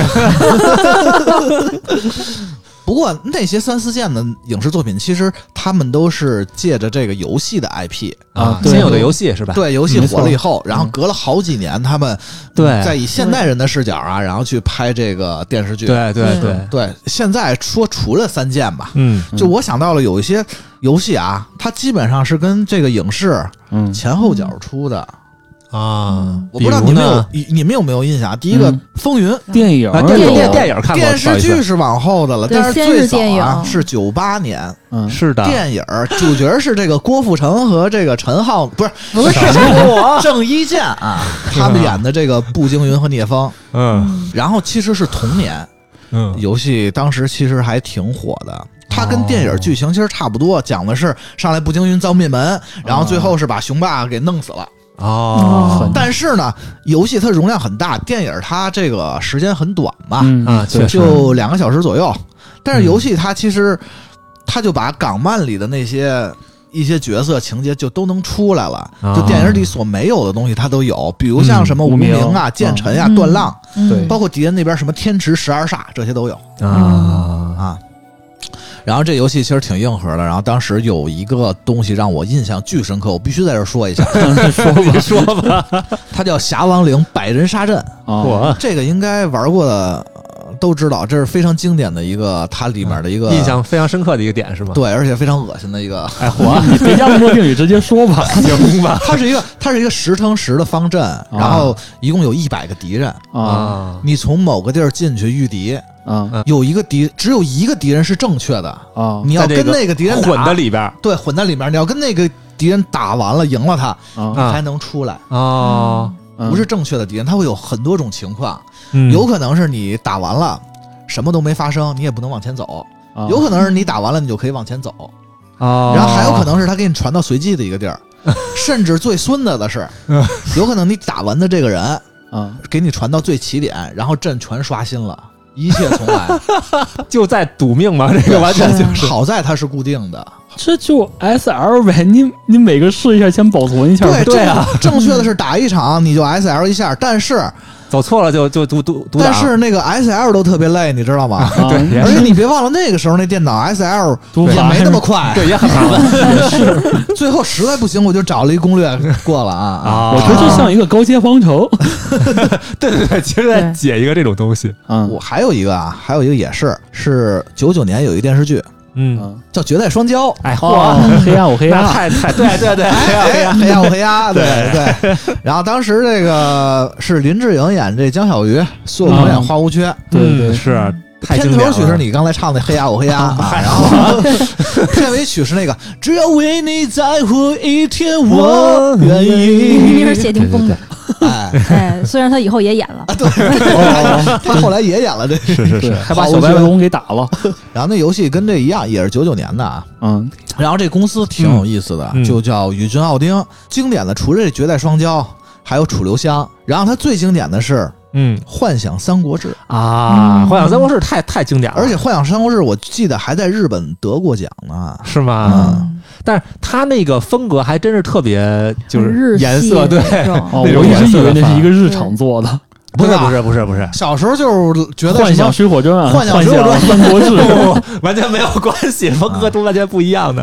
不过那些三四剑的影视作品，其实他们都是借着这个游戏的 I P 啊，先有的游戏是吧？ 对，游戏火了以后，然后隔了好几年，他们对在以现代人的视角啊，然后去拍这个电视剧。 对对对对，现在说除了三剑吧， 嗯， 就我想到了有一些游戏啊，它基本上是跟这个影视前后脚出的。 啊， 我不知道你们有你们有没有印象？第一个《风云》 电影， 电影电影看过， 电视剧是往后的了，但是最早啊是九八年， 嗯，是的， 电影主角是这个郭富城和这个陈浩，不是不是我郑伊健啊，他们演的这个步惊云和聂风， 嗯， 然后其实是同年， 嗯， 游戏当时其实还挺火的。它跟电影剧情其实差不多，讲的是上来步惊云遭灭门，然后最后是把雄霸给弄死了。 哦， 但是呢，游戏它容量很大，电影它这个时间很短嘛， 嗯、啊，确实就两个小时左右。但是游戏它其实，它就把港漫里的那些一些角色情节就都能出来了， 啊、 就电影里所没有的东西它都有，比如像什么无名啊、嗯、剑尘呀、啊、断浪， 对、 嗯，包括敌人那边什么天池十二煞这些都有啊啊。然后这游戏其实挺硬核的，然后当时有一个东西让我印象巨深刻，我必须在这说一下。 说吧说吧， 它叫侠王岭百人杀阵。 我这个应该玩过的都知道，这是非常经典的一个，它里面的一个印象非常深刻的一个点是吗？ 对，而且非常恶心的一个。 哎，火！ 你别加那么多定语，直接说吧， 行吧。 它是一个，它是一个十乘十的方阵，然后一共有一百个敌人啊。 你从某个地儿进去御敌。 啊， 有一个敌，只有一个敌人是正确的啊！ 你要跟那个敌人混在里边， 对，混在里面，你要跟那个敌人打完了，赢了他，你才能出来啊。 不是正确的敌人，他会有很多种情况， 嗯、 有可能是你打完了什么都没发生，你也不能往前走； 啊、 有可能是你打完了，你就可以往前走啊。 然后还有可能是他给你传到随机的一个地儿，甚至最孙子的是，有可能你打完的这个人啊， 给你传到最起点，然后阵全刷新了。一切重来， 就在赌命嘛，这个完全就是。 好在它是固定的， 这就 S L 呗，你你每个试一下，先保存一下。 对对啊， 正确的是打一场你就 S L 一下，但是走错了就就赌赌赌。 但是那个 S L 都特别累，你知道吗？ 对， 而且你别忘了那个时候那电脑 S L 也没那么快， 对，也很麻烦。 也是，最后实在不行，我就找了一攻略过了啊啊！ 我觉得这像一个高阶方程。 对对对，其实在解一个这种东西。 嗯， 我还有一个啊，还有一个也是是九九年有一个电视剧。 嗯， 叫《绝代双骄》。 哎，嚯， 黑鸭我黑鸭， 太太对对对， 黑鸭黑鸭黑鸭我黑鸭，对对。然后当时这个是林志颖演这江小鱼，苏有朋演花无缺， 对对是。 片头曲是你刚才唱的《黑鸭我黑鸭》，然后片尾曲是那个只要为你再活一天，我愿意。 明明是谢霆锋的。 哎哎，虽然他以后也演了， 对，他后来也演了，这是是是， 还把小白龙给打了。 然后那游戏跟这一样，也是九九年的啊。 嗯， 然后这公司挺有意思的， 嗯、 就叫宇峻奥丁。经典的除了这绝代双骄，还有楚留香。然后它最经典的是。 嗯， 幻想三国志啊，幻想三国志太太经典了， 而且幻想三国志我记得还在日本得过奖呢， 是吗？嗯，但是他那个风格还真是特别，就是颜色对， 哦，我一直以为那是一个日常做的。 不是不是不是不是， 小时候就是觉得幻想水火传、 幻想水火传、 三国志完全没有关系，风格都完全不一样的。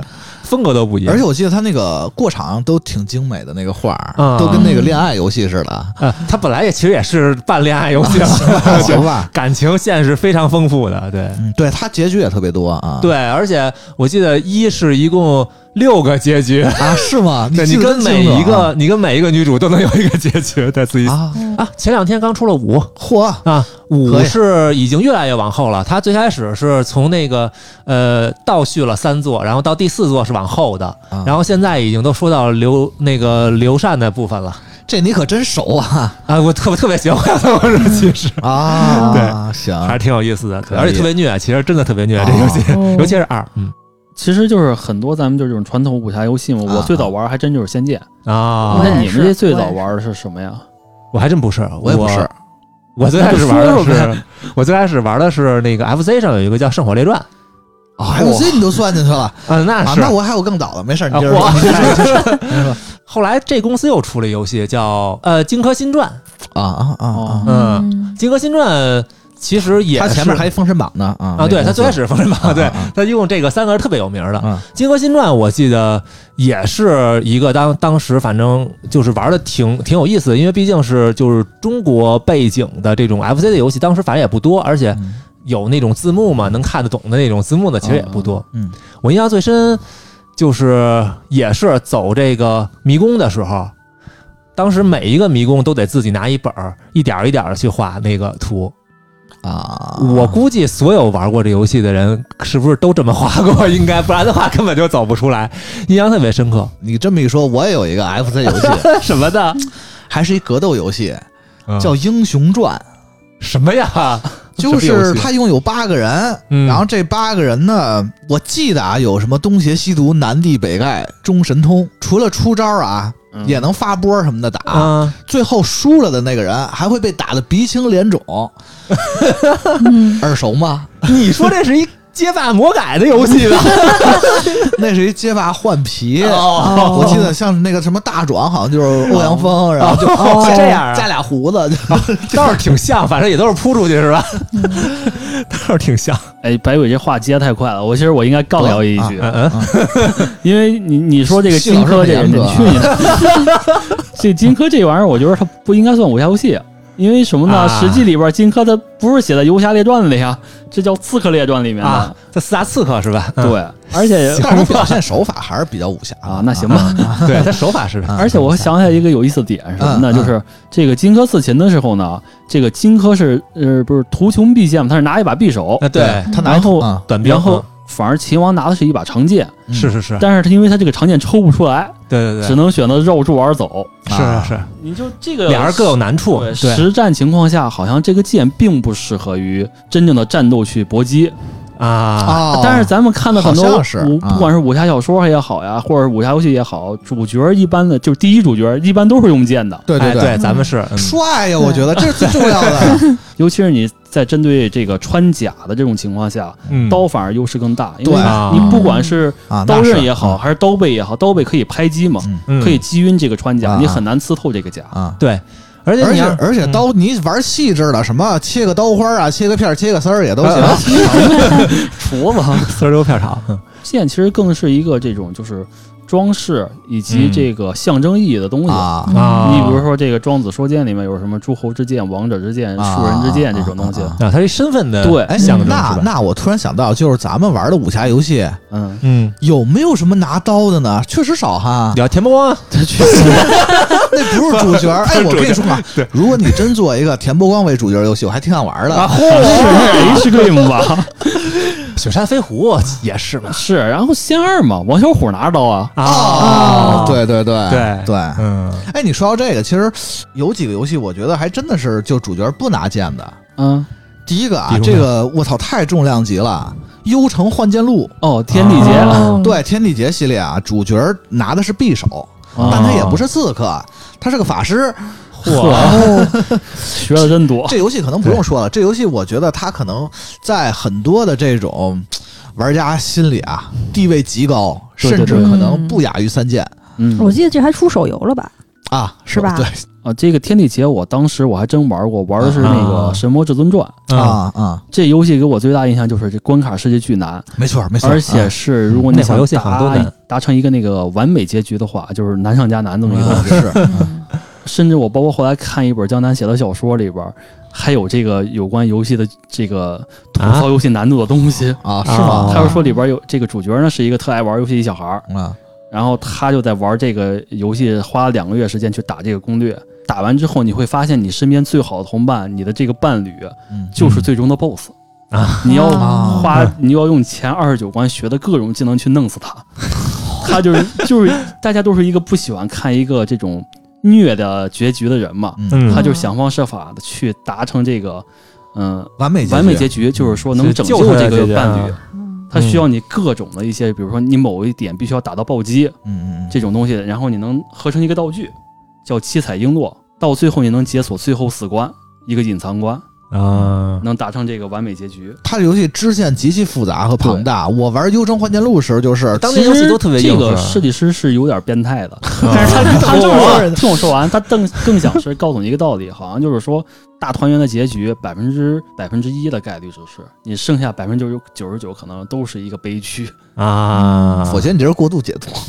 风格都不一样。 而且我记得他那个过场都挺精美的，那个画儿、 嗯、 都跟那个恋爱游戏似的。 呃，他本来也其实也是半恋爱游戏了， 行吧？ 感情线是非常丰富的，对， 嗯，对他结局也特别多啊。 对，而且我记得一是一共六个结局啊，是吗？ 对，你跟每一个、啊、你跟每一个女主都能有一个结局，在自己啊啊。前两天刚出了五， 嚯啊，五是已经越来越往后了。它最开始是从那个呃倒叙了三座，然后到第四座是往后的， 啊、 然后现在已经都说到刘那个刘禅的部分了。 这你可真熟啊！ 啊，我特别特别喜欢，我说其实啊， 对， 行， 还是挺有意思的，而且特别虐，其实真的特别虐、哦、这游戏，尤其是二，嗯。 其实就是很多咱们就这种传统武侠游戏嘛，我最早玩还真就是《仙剑》 啊。 那你们这最早玩的是什么呀？ 我还真不是， 我也不是。 我最开始玩的是，我最开始玩的是那个 F C 上有一个叫《圣火列传》 啊 ，F C 你都算进去了啊？那是， 那我还有更早的，没事，你接着说。 你接着后来这公司又出了游戏叫呃《荆轲新传》 啊啊啊嗯，《荆轲新传》。其实也是， 他前面还《封神榜》呢啊啊！对，他最开始《封神榜》啊，对他一共这个三个是特别有名的。 嗯， 《荆轲新传》我记得也是一个当当时反正就是玩的挺挺有意思的，因为毕竟是就是中国背景的这种 F C 的游戏，当时反正也不多，而且有那种字幕嘛，能看得懂的那种字幕的其实也不多。 嗯， 我印象最深就是也是走这个迷宫的时候，当时每一个迷宫都得自己拿一本儿，一点一点的去画那个图。 啊， 我估计所有玩过这游戏的人是不是都这么画过？应该，不然的话根本就走不出来。印象特别深刻。 你这么一说，我也有一个 F C 游戏， 什么的， 还是一格斗游戏，叫《英雄传》。 什么呀？ 就是他拥有八个人， 嗯、 然后这八个人呢，我记得啊，有什么东邪西毒、南帝北丐、中神通，除了出招啊。嗯、也能发波什么的打、 嗯， 最后输了的那个人还会被打得鼻青脸肿，耳熟吗？ 你说这是一街霸魔改的游戏吧？ 那是一街霸换皮、 哦， 我记得像那个什么大壮，好像就是欧阳锋， 哦、 然后就、 哦、这样、啊、 加俩胡子， 倒是挺像，反正也都是扑出去是吧？倒是挺像。 哎，白鬼这话接太快了，我其实我应该杠聊一句， 嗯嗯， 因为你你说这个荆轲这人，你去你的，这荆轲这玩意儿，我觉得它不应该算武侠游戏。因为什么呢？ 啊、 实际里边荆轲他不是写在《游侠列传》里呀，这叫《刺客列传》里面的。 啊，这四大刺客是吧？ 对，而且但是表现手法还是比较武侠啊。那行吧， 啊、对他手法是。 而且我想起来一个有意思的点是什么呢？ 嗯、 就是这个荆轲刺秦的时候呢，这个荆轲是呃不是图穷匕见嘛，他是拿一把匕首， 啊、对他拿然后、 嗯、 短兵， 然后反而秦王拿的是一把长剑。 是是是， 但是他因为他这个长剑抽不出来， 对对对， 只能选择绕柱而走。 是是是， 你就这个俩人各有难处。 对，实战情况下，好像这个剑并不适合于真正的战斗去搏击啊。 哦、 但是咱们看的很多武， 不管是武侠小说也好呀，或者武侠游戏也好，主角一般的就是第一主角一般都是用剑的。 对对对， 哎、对咱们是、 嗯、帅呀，我觉得这是最重要的。 尤其是你在针对这个穿甲的这种情况下， 嗯、 刀反而优势更大，因为啊你不管是刀刃也好， 啊、 还是刀背也好，刀背可以拍击嘛， 嗯、 可以击晕这个穿甲， 啊、 你很难刺透这个甲。 啊， 对。而且而且而且刀，你玩细致的，什么切个刀花啊，切个片，切个丝儿也都行。 厨子丝儿溜片炒。 剑其实更是一个这种就是装饰以及这个象征意义的东西啊啊。 你比如说这个《庄子说剑》里面有什么诸侯之剑、王者之剑、庶人之剑这种东西啊，它是身份的对象征。 那那我突然想到，就是咱们玩的武侠游戏， 嗯嗯， 有没有什么拿刀的呢？确实少哈。 有田伯光， 确实，那不是主角。哎，我跟你说啊，如果你真做一个田伯光为主角游戏，我还挺想玩的。 啊，嚯， 是 H game 吧？ 雪山飞狐也是吧？ 是，然后仙二嘛，王小虎拿着刀啊啊！对对对对对， 嗯， 哎，你说到这个，其实有几个游戏，我觉得还真的是就主角不拿剑的。 嗯， 第一个啊，这个我操，太重量级了，《幽城幻剑录》 哦，天地劫， 哦、对，天地劫系列啊，主角拿的是匕首，哦、但他也不是刺客，他是个法师。 嚯，学的真多。 这游戏可能不用说了，这游戏我觉得它可能在很多的这种玩家心里啊地位极高， 对对对， 甚至可能不亚于三剑。 嗯， 我记得这还出手游了吧？ 啊， 是吧？ 对啊，这个天地劫我当时我还真玩过，玩的是那个《神魔至尊传》 啊啊， 这游戏给我最大印象就是这关卡设计巨难， 没错没错， 而且是如果你想那游戏很多难达成一个那个完美结局的话，就是难上加难这么一个东西。 是， 甚至我包括后来看一本江南写的小说里边，还有这个有关游戏的这个吐槽游戏难度的东西啊，是吗？ 他是说里边有这个主角呢是一个特爱玩游戏的小孩啊， 然后他就在玩这个游戏，花了两个月时间去打这个攻略。打完之后，你会发现你身边最好的同伴，你的这个伴侣，就是最终的 B O S S 啊！你要花，你要用前二十九关学的各种技能去弄死他。他就是就是大家都是一个不喜欢看一个这种虐的结局的人嘛， 嗯、 他就想方设法的去达成这个嗯、呃、 完美完美结局，就是说能拯救这个伴侣。他需要你各种的一些，比如说你某一点必须要打到暴击，嗯嗯，这种东西，然后你能合成一个道具，叫七彩璎珞，到最后你能解锁最后四关，一个隐藏关。啊，能达成这个完美结局。 它的游戏支线极其复杂和庞大。我玩《幽城幻剑录》时，就是当年游戏都特别硬核。 这个设计师是有点变态的，但是他他这么听我说完，他更更想是告诉你一个道理，好像就是说大团圆的结局百分之百分之一的概率就是，你剩下百分之九十九可能都是一个悲剧啊。 我觉得你这是过度解读。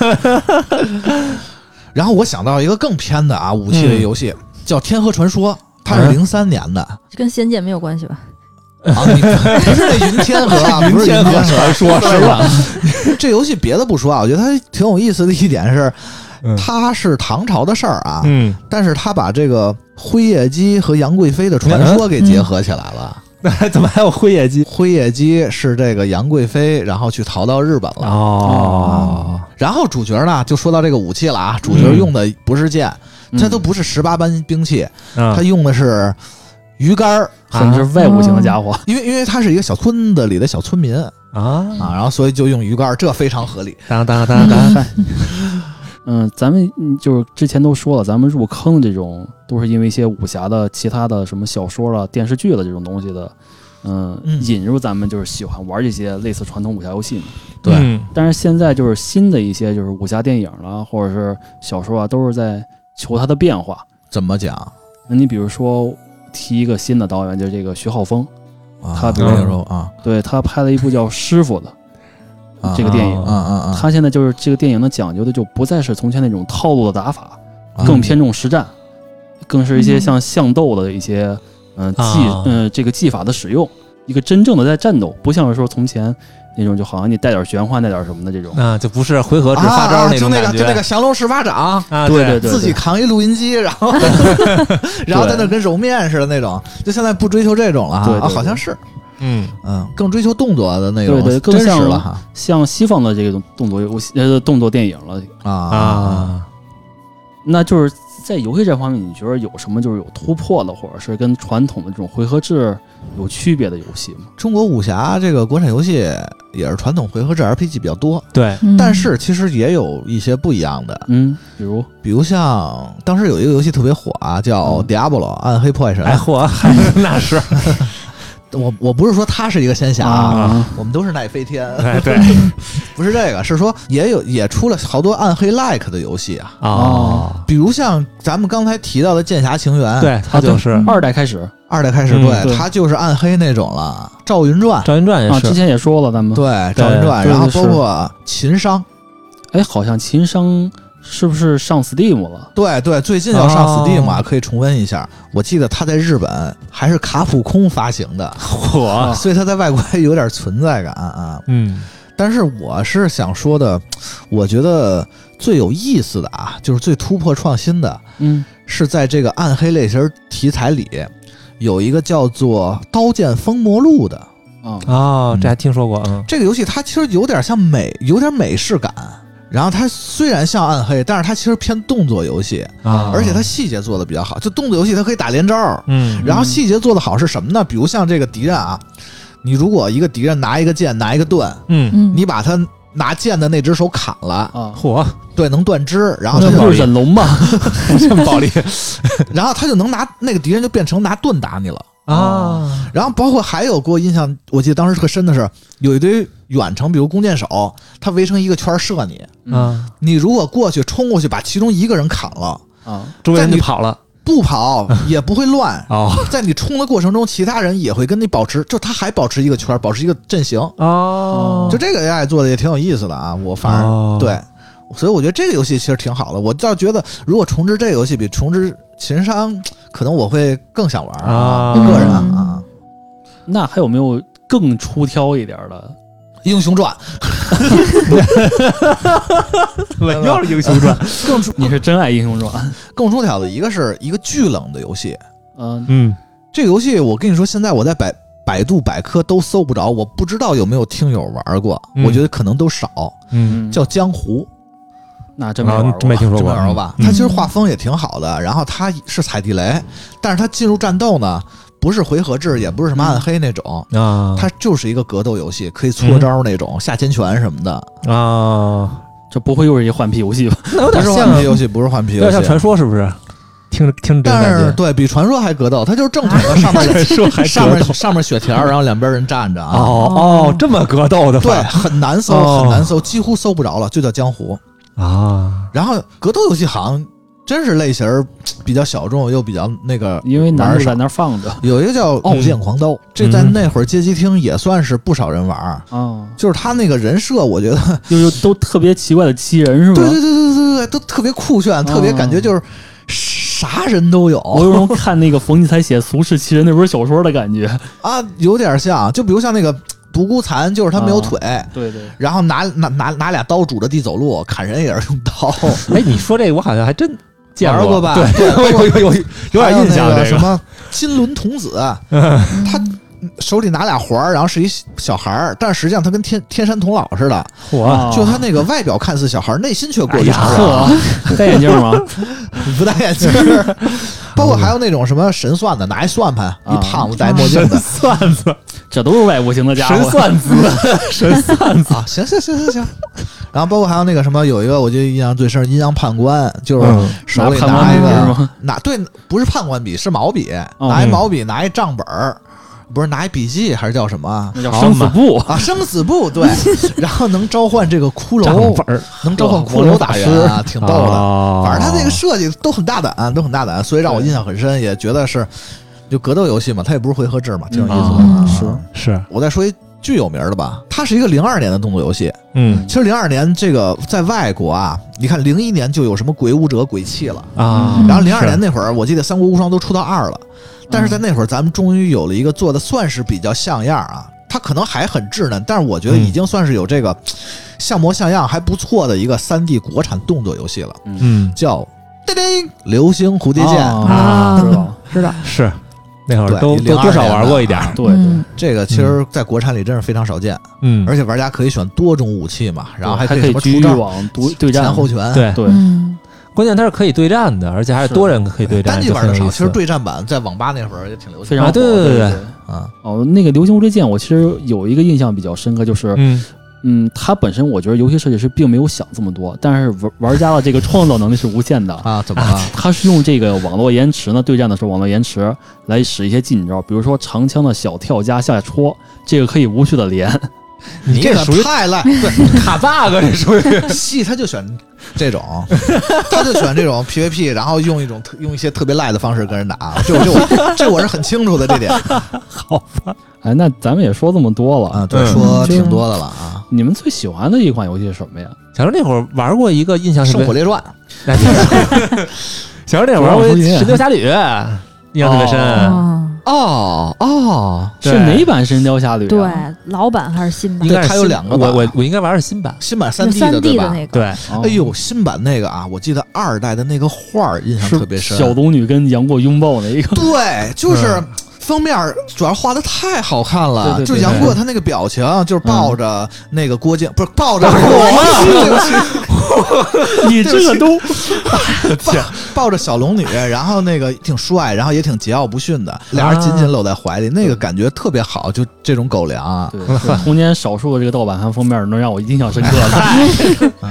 然后我想到一个更偏的啊武器类游戏，嗯、叫《天河传说》。它是零三年的， 跟仙剑没有关系吧？ 啊，你不是那云天河啊，不是云天河传说是吧？这游戏别的不说啊，我觉得它挺有意思的一点是，它是唐朝的事儿啊，嗯，但是它把这个辉夜姬和杨贵妃的传说给结合起来了。 那、嗯、怎么还有辉夜姬？ 辉夜姬是这个杨贵妃，然后去逃到日本了。 哦、嗯， 然后主角呢，就说到这个武器了啊，主角用的不是剑。它都不是十八般兵器，嗯、他用的是鱼竿， 很是外物型的家伙。 因为因为他是一个小村子里的小村民啊啊，然后所以就用鱼竿，这非常合理。 当当当当。 嗯，咱们就是之前都说了，咱们入坑这种都是因为一些武侠的、其他的什么小说了、电视剧了这种东西的，嗯，嗯引入咱们就是喜欢玩这些类似传统武侠游戏嘛。 对、 嗯，但是现在就是新的一些就是武侠电影啦，或者是小说啊，都是在求它的变化。 怎么讲？ 那你比如说提一个新的导演，就是这个徐浩峰， 啊、 他比如说啊， 对他拍了一部叫《师傅》的、啊、这个电影， 啊啊啊、 他现在就是这个电影的讲究的就不再是从前那种套路的打法，啊、更偏重实战，更是一些像相斗的一些嗯、呃、技嗯、呃、这个技法的使用，一个真正的在战斗，不像是说从前。那种就好像你带点玄幻带点什么的这种啊，就不是回合制发招那种感觉， 啊、就那个就那个降龙十八掌啊， 对对 对, 对， 自己扛一录音机，然后然后在那跟揉面似的那种，就现在不追求这种了哈， 对对对啊，好像是， 嗯嗯，更追求动作的那种， 对对，更真实了哈， 像西方的这种动作游戏呃动作电影了啊啊， 那就是在游戏这方面，你觉得有什么就是有突破的，或者是跟传统的这种回合制有区别的游戏吗？ 中国武侠这个国产游戏也是传统回合制 R P G 比较多， 对， 嗯、 但是其实也有一些不一样的， 嗯，比如比如像当时有一个游戏特别火啊，叫 Diablo、嗯、暗黑破坏神， 哎嚯，那是。 我我不是说他是一个仙侠啊，我们都是奈飞天， 哎、对， 不是这个，是说也有也出了好多暗黑 like 的游戏啊， 哦， 比如像咱们刚才提到的《剑侠情缘》， 对，它就是、 啊、二代开始， 二代开始， 嗯、 对， 对它就是暗黑那种了，《赵云传》， 赵云传也是、 啊，之前也说了咱们， 对，《赵云传》，然后包括秦商， 哎，好像秦商。是不是上 Steam 了？ 对对，最近要上 Steam 啊，哦、可以重温一下。我记得它在日本还是卡普空发行的， 嚯、 啊，所以它在外国有点存在感啊。 嗯， 但是我是想说的，我觉得最有意思的啊，就是最突破创新的， 嗯， 是在这个暗黑类型题材里有一个叫做《刀剑封魔录》的。 啊、 嗯、哦，这还听说过。嗯， 这个游戏它其实有点像美，有点美式感。然后它虽然像暗黑，但是它其实偏动作游戏啊，而且它细节做的比较好。就动作游戏它可以打连招，嗯，然后细节做的好是什么呢？比如像这个敌人啊，你如果一个敌人拿一个剑，拿一个盾，嗯，你把他拿剑的那只手砍了啊， 嚯， 对，能断肢，然后他就忍龙吧， 这么暴力， 然后他就能拿那个敌人就变成拿盾打你了。 啊， 然后包括还有给我印象，我记得当时特深的是，有一堆远程，比如弓箭手，他围成一个圈射你， 嗯， 你如果过去冲过去把其中一个人砍了， 啊，周围人就跑了。 不跑也不会乱哦， 在你冲的过程中，其他人也会跟你保持，就他还保持一个圈，保持一个阵型哦。 就这个 A I 做的也挺有意思的啊，我反正、哦、对，所以我觉得这个游戏其实挺好的。我倒觉得，如果重置这个游戏比重置情商，可能我会更想玩啊，我个人啊。 那还有没有更出挑一点的？ 英雄传， 又是英雄传， 更出你是真爱英雄传。 更出挑的一个是一个巨冷的游戏， 嗯嗯， 这个游戏我跟你说，现在我在百百度百科都搜不着，我不知道有没有听友玩过，嗯、我觉得可能都少。 嗯， 叫江湖， 那真没玩过， 真没听说过， 真没玩过吧？它其实画风也挺好的，然后它是踩地雷，但是它进入战斗呢。不是回合制，也不是什么暗黑那种啊，它就是一个格斗游戏，可以搓招那种，嗯、下千拳什么的啊。 这不会又是一换皮游戏吧？ 那有点像换皮游戏，不是换皮游戏， 有点像传说，是不是？听着听着， 但是对比传说还格斗，它就是正统的上面上面上面血条，然后两边人站着啊。 哦哦，这么格斗的， 对，很难搜，很难搜，几乎搜不着了，就叫江湖啊。 然后格斗游戏好像。真是类型比较小众，又比较那个， 因为难度在那放着。 有一个叫《傲剑狂刀》，这在那会儿街机厅也算是不少人玩啊。 嗯、 就是他那个人设，我觉得就有都特别奇怪的欺人，是吧？ 对对对对对对，都特别酷炫，特别感觉就是啥人都有。 我有种看那个冯骥才写《俗世奇人》那本小说的感觉啊，有点像。就比如像那个。独孤残就是他没有腿，啊、 对对， 然后拿拿拿拿俩刀拄着地走路，砍人也是用刀。 哎，你说这个我好像还真见玩过吧？ 对， 对有有有有点印象。这个什么金轮童子，他手里拿俩环儿，然后是一小孩儿，但是实际上他跟天天山童姥似的。 哇！ 就他那个外表看似小孩，内心却过于成人。戴眼镜吗？ 不戴眼镜。包括还有那种什么神算的，拿一算盘，一胖子戴墨镜的算子， 这都是外国型的家伙。 神算子，神算子啊！行行行行行。然后包括还有那个什么，有一个我记得印象最深，阴阳判官，就是手里拿一个拿对，不是判官笔，是毛笔，拿一毛笔，拿一账本儿。不是拿一笔记还是叫什么？ 那叫生死簿啊，生死簿对。然后能召唤这个骷髅，能召唤骷髅打人啊，挺逗的。反正他那个设计都很大胆，都很大胆，所以让我印象很深，也觉得是就格斗游戏嘛，它也不是回合制嘛，挺有意思的。是是， 我再说一巨有名的吧，它是一个零二年的动作游戏。 嗯， 其实零二年这个在外国啊，你看零一年就有什么鬼武者、鬼泣了啊， 然后零二年那会儿，我记得《三国无双》都出到二了。但是在那会儿，咱们终于有了一个做的算是比较像样啊，它可能还很稚嫩，但是我觉得已经算是有这个像模像样还不错的一个 三 D 国产动作游戏了。 嗯， 叫叮叮流星蝴蝶剑啊， 知道知道是那会儿都都多少玩过一点。 对对， 这个其实在国产里真是非常少见。 嗯， 而且玩家可以选多种武器嘛，然后还可以什么局域网对战前后拳。 对对。 关键它是可以对战的，而且还是多人可以对战。 单机玩的少，其实对战版在网吧那会儿也挺流行， 非常火。 对对对对啊！ 哦，那个流星蝴蝶剑，我其实有一个印象比较深刻，就是嗯嗯，它本身我觉得游戏设计师并没有想这么多，但是玩玩家的这个创造能力是无限的啊！怎么了？ 他是用这个网络延迟呢，对战的时候网络延迟来使一些近招，比如说长枪的小跳加下戳，这个可以无序的连。 你这属于太烂， 对卡 bug， 这属于戏他就选这种，他就选这种 P V P， 然后用一种用一些特别赖的方式跟人打，这我这我这我是很清楚的这点。 好吧， 哎，那咱们也说这么多了啊，对，说挺多的了啊。 你们最喜欢的一款游戏是什么呀？ 小时候那会儿玩过一个印象 《圣火列传》， 小时候那会儿玩过《神雕侠侣》，印象特别深。 哦哦， 是哪版《神雕侠侣》？ 对，老版还是新版？ 应该它有两个版。 我我我应该玩的是新版， 新版三 D 的对吧？ 那个。 对， 哎呦，新版那个啊，我记得二代的那个画印象特别深， 小龙女跟杨过拥抱那一个。 对，就是封面主要画的太好看了， 对对对对就杨过他那个表情，就是抱着那个郭靖，嗯、不是抱着我。 你这个都抱抱着小龙女，然后那个挺帅，然后也挺桀骜不驯的，俩人紧紧搂在怀里，那个感觉特别好，就这种狗粮啊。 对，童年少数的这个盗版盘封面能让我印象深刻的。 嗯，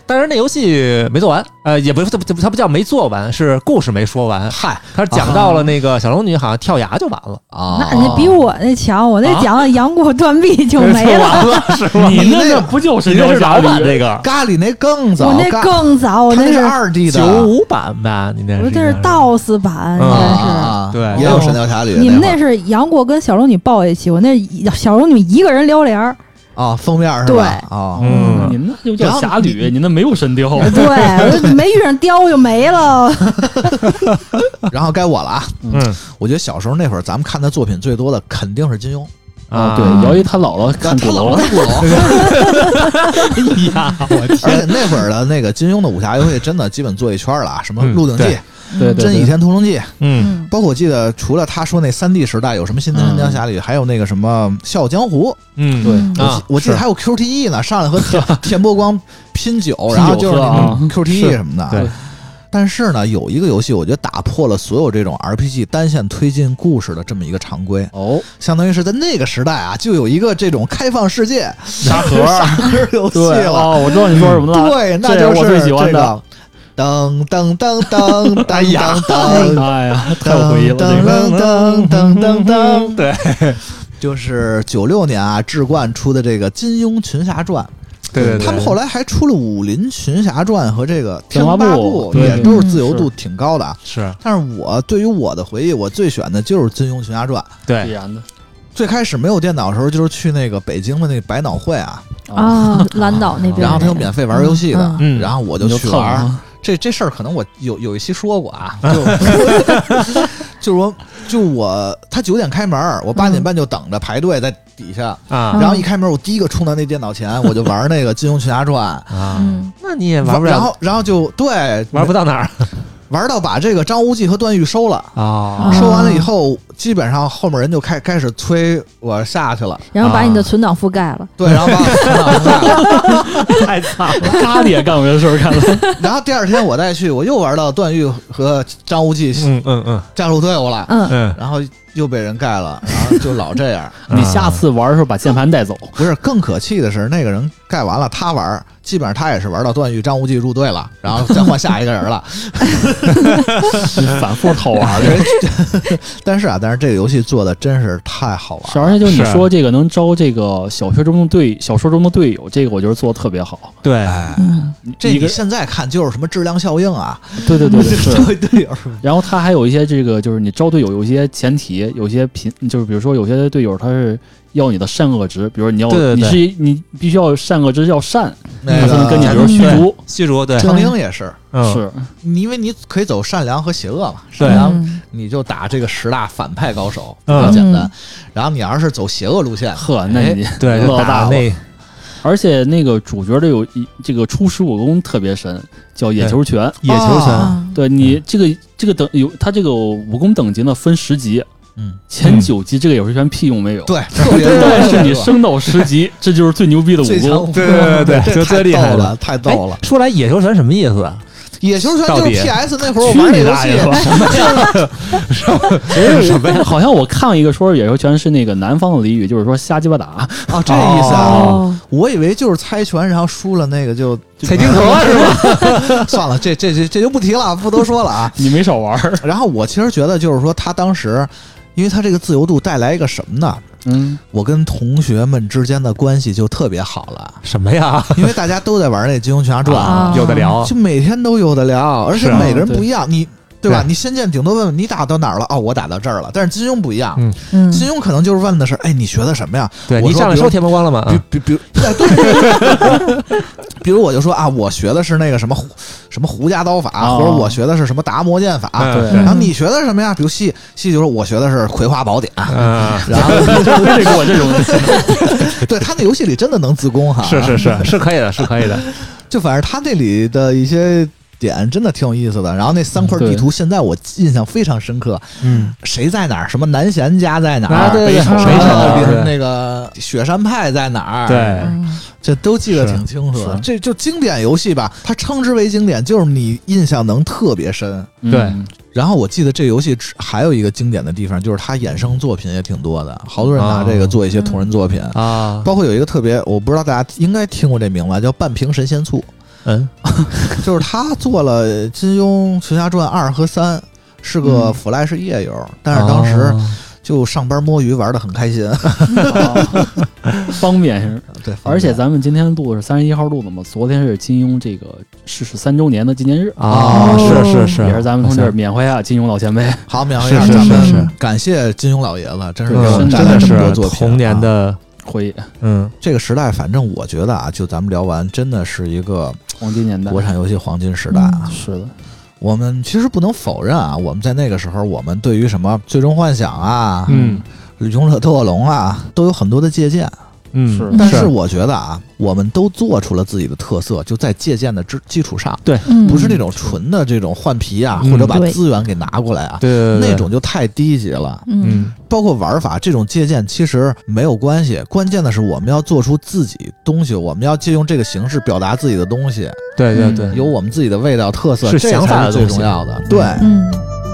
但是那游戏没做完，呃，也不是它不叫没做完，是故事没说完。 嗨， 他讲到了那个小龙女好像跳崖就完了啊， 那你比我那强，我那讲了杨过断臂就没了， 是吧？ 你那个不就是那是老版这这个咖喱那更早， 我那更早，我那是二 D 的九五版吧？你那是我这是 D O S 版，应该是对， 也有神雕侠侣。 你们那是杨过跟小龙女抱一起，我那小龙女一个人撩帘儿。 啊，封面是吧？ 对， 啊， 嗯，你那就叫侠侣，你那没有神雕。 对，没遇上雕就没了。 然后该我了啊， 嗯， 我觉得小时候那会儿咱们看的作品最多的肯定是金庸啊，对，由于他姥姥看鼓楼， 鼓楼。 哎呀，我天！ 而且那会儿的那个金庸的武侠游戏真的基本做一圈了，什么《鹿鼎记》。 对， 真倚天屠龙记， 嗯， 包括我记得，除了他说那三 D 时代有什么新神雕侠侣，还有那个什么《笑傲江湖》， 嗯， 对， 我我记得还有 Q T E 呢，上来和田伯光拼酒，然后就是那种 Q T E 什么的。 对， 但是呢，有一个游戏，我觉得打破了所有这种 R P G 单线推进故事的这么一个常规。 哦， 相当于是在那个时代啊，就有一个这种开放世界沙盒沙盒游戏了。 哦，我知道你说什么了。 对，那就是我最喜欢的。 噔噔噔噔噔噔噔， 哎呀，太有回忆了！ 噔噔噔噔噔， 对， 就是九六年啊，志冠出的这个《金庸群侠传》。 对对对， 他们后来还出了《武林群侠传》和这个《 天龙八部》， 也都是自由度挺高的。 是， 但是我对于我的回忆，我最选的就是《金庸群侠传》。 对， 必然的。 最开始没有电脑的时候，就是去那个北京的那个百脑汇啊， 啊，蓝岛那边， 然后他有免费玩游戏的， 嗯， 然后我就去玩。这这事儿可能我有有一期说过啊，就就是我就我他九点开门，我八点半就等着排队在底下啊， 然后一开门我第一个冲到那电脑前，我就玩那个《金庸群侠传》 啊，那你也玩不了， 然后然后就对玩不到哪儿。 玩到把这个张无忌和段誉收了啊， 收完了以后，基本上后面人就开开始催我下去了， 然后把你的存档覆盖了。 对，然后把我存档覆盖了，太惨了， 咖喱也干过这事儿，看了。然后第二天我再去，我又玩到段誉和张无忌， 嗯嗯嗯， 加入队伍了， 嗯嗯， 然后又被人盖了，然后就老这样。 你下次玩的时候把键盘带走。 不是，更可气的是那个人盖完了，他玩，基本上他也是玩到段誉、张无忌入队了，然后再换下一个人了。 反复套玩的，但是啊，但是这个游戏做的真是太好玩了。 是，而且就你说这个能招这个小说中的队，小说中的队友，这个我觉得做的特别好。 对， 哎、嗯，这你现在看就是什么质量效应啊？ 对对对对，是招队友。 然后他还有一些这个，就是你招队友有一些前提，有些品，就是比如说有些队友他是要你的善恶值，比如你要对对对你是你必须要善恶值要善， 那个、 他才能跟你比如虚竹， 虚竹对， 程英也是。 嗯、 是， 因为你可以走善良和邪恶嘛，善良你就打这个十大反派高手，比较简单。 嗯、 然后你要是走邪恶路线， 呵，那你、 哎、对老大了。 那而且那个主角的有一这个初始武功特别深，叫野球拳。 野球拳， 啊、 对你这个这个等有他这个武功等级呢分十级。 嗯， 前九级这个野球拳屁用没有， 对，特别但是你升到十级，这就是最牛逼的武功， 对对对对， 这最厉害了，太逗了。 说来野球拳什么意思啊？ 野球拳就是 P S 那会儿我玩那游戏， 什么呀？好像我看一个说野球拳是那个南方的俚语，就是说瞎鸡巴打。 哦，这意思啊？我以为就是猜拳，然后输了那个就猜金河是吧？ 算了，这这这这就不提了，不多说了啊。 你没少玩。 然后我其实觉得就是说他当时。因为他这个自由度带来一个什么呢？ 嗯， 我跟同学们之间的关系就特别好了。 什么呀？ 因为大家都在玩那《金庸群侠传》 啊，有的聊， 就每天都有的聊，而且每个人不一样。你对吧？你仙剑顶多问问你打到哪儿了？哦，我打到这儿了。但是金庸不一样， 嗯， 金庸可能就是问的是，哎，你学的什么呀？ 对你上来收天魔光了吗？ 比比比，对，比如我就说啊，我学的是那个什么什么胡家刀法，或者我学的是什么达摩剑法。 对， 然后你学的什么呀？比如戏戏就说我学的是葵花宝典，然后这个我这种， 对他那游戏里真的能自宫哈， 是是是是可以的，是可以的。 就反正他那里的一些。点真的挺有意思的，然后那三块地图现在我印象非常深刻。 嗯， 谁在哪儿？什么南贤家在哪儿？ 啊、对对对， 谁在那个雪山派在哪儿？ 对， 这都记得挺清楚的。这就经典游戏吧，它称之为经典，就是你印象能特别深。 对。 嗯、 然后我记得这游戏还有一个经典的地方，就是它衍生作品也挺多的，好多人拿这个做一些同人作品啊。 包括有一个特别，我不知道大家应该听过这名字，叫半瓶神仙醋。 嗯， 就是他做了金庸群侠传二和三，是个 Flash 页游，嗯、但是当时就上班摸鱼玩得很开心， 哦、方便是。 对， 而且咱们今天录是三十一号录的嘛，昨天是金庸这个逝世三周年的纪念日啊，是是是， 也是咱们从这儿缅怀下金庸老前辈。 好，缅怀一下， 是是是， 感谢金庸老爷子，真是给我们带来这么多作品， 童年的回忆。 嗯， 这个时代，反正我觉得啊，就咱们聊完，真的是一个黄金年代， 国产游戏黄金时代啊。 嗯、是的。 我们其实不能否认啊，我们在那个时候，我们对于什么最终幻想啊， 嗯， 勇者斗恶龙啊，都有很多的借鉴。 嗯， 是。 但是我觉得啊，我们都做出了自己的特色，就在借鉴的基基础上， 对， 不是那种纯的这种换皮啊， 嗯、 或者把资源给拿过来啊， 对对对， 那种就太低级了。 嗯， 包括玩法这种借鉴其实没有关系，关键的是我们要做出自己东西，我们要借用这个形式表达自己的东西。 对对对， 有我们自己的味道特色， 是想法的最重要的。对， 嗯。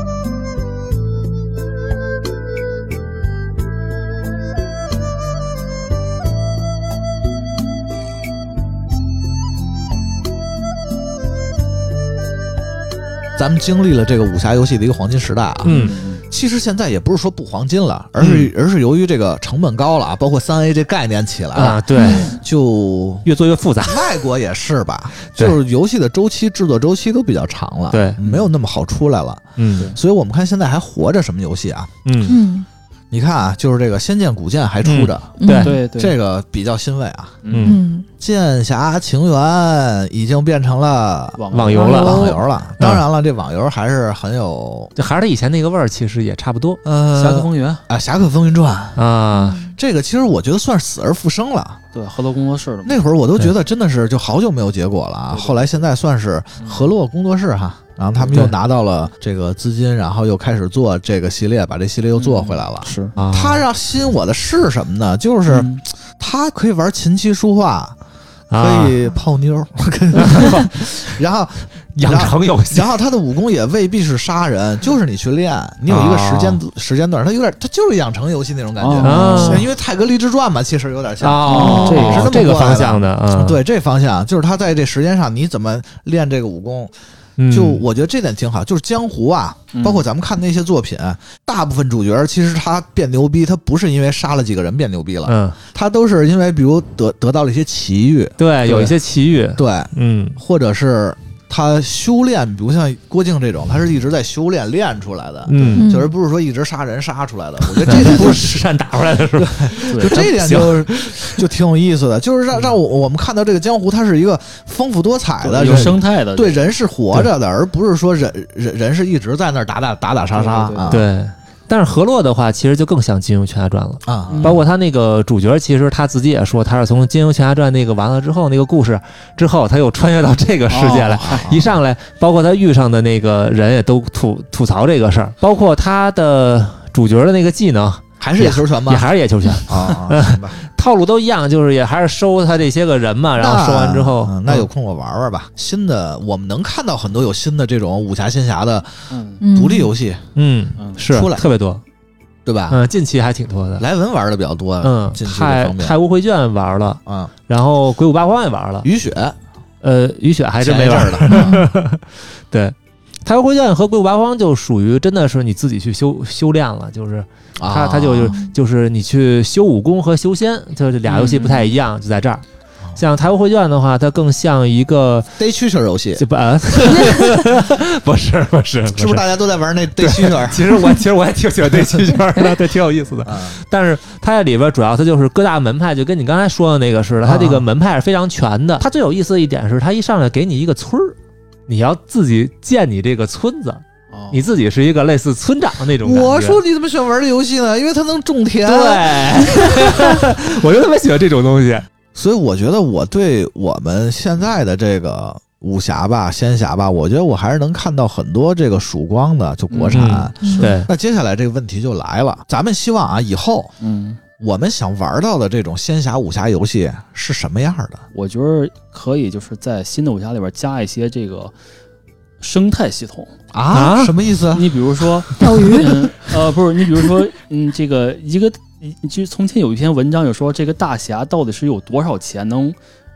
咱们经历了这个武侠游戏的一个黄金时代啊， 嗯， 其实现在也不是说不黄金了，而是、嗯、而是由于这个成本高了啊，包括三 A 这概念起来了啊，对， 就越做越复杂。 外国也是吧，就是游戏的周期、制作周期都比较长了， 对， 没有那么好出来了， 嗯， 所以我们看现在还活着什么游戏啊？ 嗯嗯。 你看啊，就是这个《仙剑》古剑还出着， 嗯、对对对， 这个比较欣慰啊。 嗯， 剑侠情缘已经变成了网游了， 网游了。当然了，这网游还是很有， 就还是他以前那个味儿，其实也差不多。 呃， 侠客风云啊，《侠客风云传》 啊， 这个其实我觉得算是死而复生了。 对，河洛工作室的那会儿我都觉得真的是就好久没有结果了啊。后来现在算是河洛工作室哈。然后他们又拿到了这个资金，然后又开始做这个系列，把这系列又做回来了。 嗯、是， 他让吸引我的是什么呢？就是他可以玩琴棋书画，可以泡妞，啊、然后养成游戏， 然后他的武功也未必是杀人，就是你去练，你有一个时间、啊、时间段，他有点，他就是养成游戏那种感觉。 啊、 因为《泰格励志传》嘛，其实有点像， 哦、 这也是这个方向的。 嗯、对，这方向就是他在这时间上，你怎么练这个武功。就我觉得这点挺好，就是江湖啊，包括咱们看那些作品，大部分主角其实他变牛逼，他不是因为杀了几个人变牛逼了，嗯，他都是因为比如得得到了一些奇遇， 对，有一些奇遇， 对， 嗯， 或者是他修炼，比如像郭靖这种，他是一直在修炼练出来的， 嗯， 就是不是说一直杀人杀出来的，我觉得这点不是实战打出来的是吧？ 就这点就就挺有意思的，就是让让我我们看到这个江湖，它是一个丰富多彩的、 有生态的， 对，人是活着的，而不是说人人人是一直在那儿打打打打杀杀啊。 对。但是河洛的话，其实就更像《金庸群侠传》了啊！ 包括他那个主角，其实他自己也说，他是从《金庸群侠传》那个完了之后，那个故事之后，他又穿越到这个世界来。 哦、 一上来，包括他遇上的那个人也都吐吐槽这个事儿，包括他的主角的那个技能。 还是野球拳吗？ 也还是野球拳啊， 套路都一样，就是也还是收他这些个人嘛，然后收完之后， 嗯、那有空我玩玩吧。新的我们能看到很多有新的这种武侠仙侠的独立游戏， 嗯，是出来特别多， 对吧？ 嗯，近期还挺多的。 莱文玩的比较多， 嗯， 近期太太无绘卷玩了， 嗯， 然后鬼舞八荒也玩了， 雨雪， 呃，雨雪还真没玩的， 对。太无绘卷和鬼舞八荒就属于真的是你自己去修修炼了，就是它它就就是你去修武功和修仙，就是俩游戏不太一样，就在这儿。像太无绘卷的话，它更像一个逮蛐蛐游戏， 不不是不是， 是不是大家都在玩那逮蛐蛐？ 其实我其实我还挺喜欢逮蛐蛐的，对，挺有意思的。但是它在里边主要它就是各大门派，就跟你刚才说的那个似的，它这个门派是非常全的。它最有意思的一点是，它一上来给你一个村儿。你要自己建你这个村子，哦、你自己是一个类似村长的那种感觉。 我说你怎么喜欢玩这游戏呢？因为它能种田。 对，我就特别喜欢这种东西。 所以我觉得我对我们现在的这个武侠吧、仙侠吧，我觉得我还是能看到很多这个曙光的，就国产。 嗯、对， 那接下来这个问题就来了，咱们希望啊，以后嗯。我们想玩到的这种仙侠武侠游戏是什么样的？ 我觉得可以，就是在新的武侠里边加一些这个生态系统啊？什么意思？ 你比如说钓鱼、 嗯，呃，不是，你比如说，嗯，这个一个，就从前有一篇文章有说，这个大侠到底是有多少钱能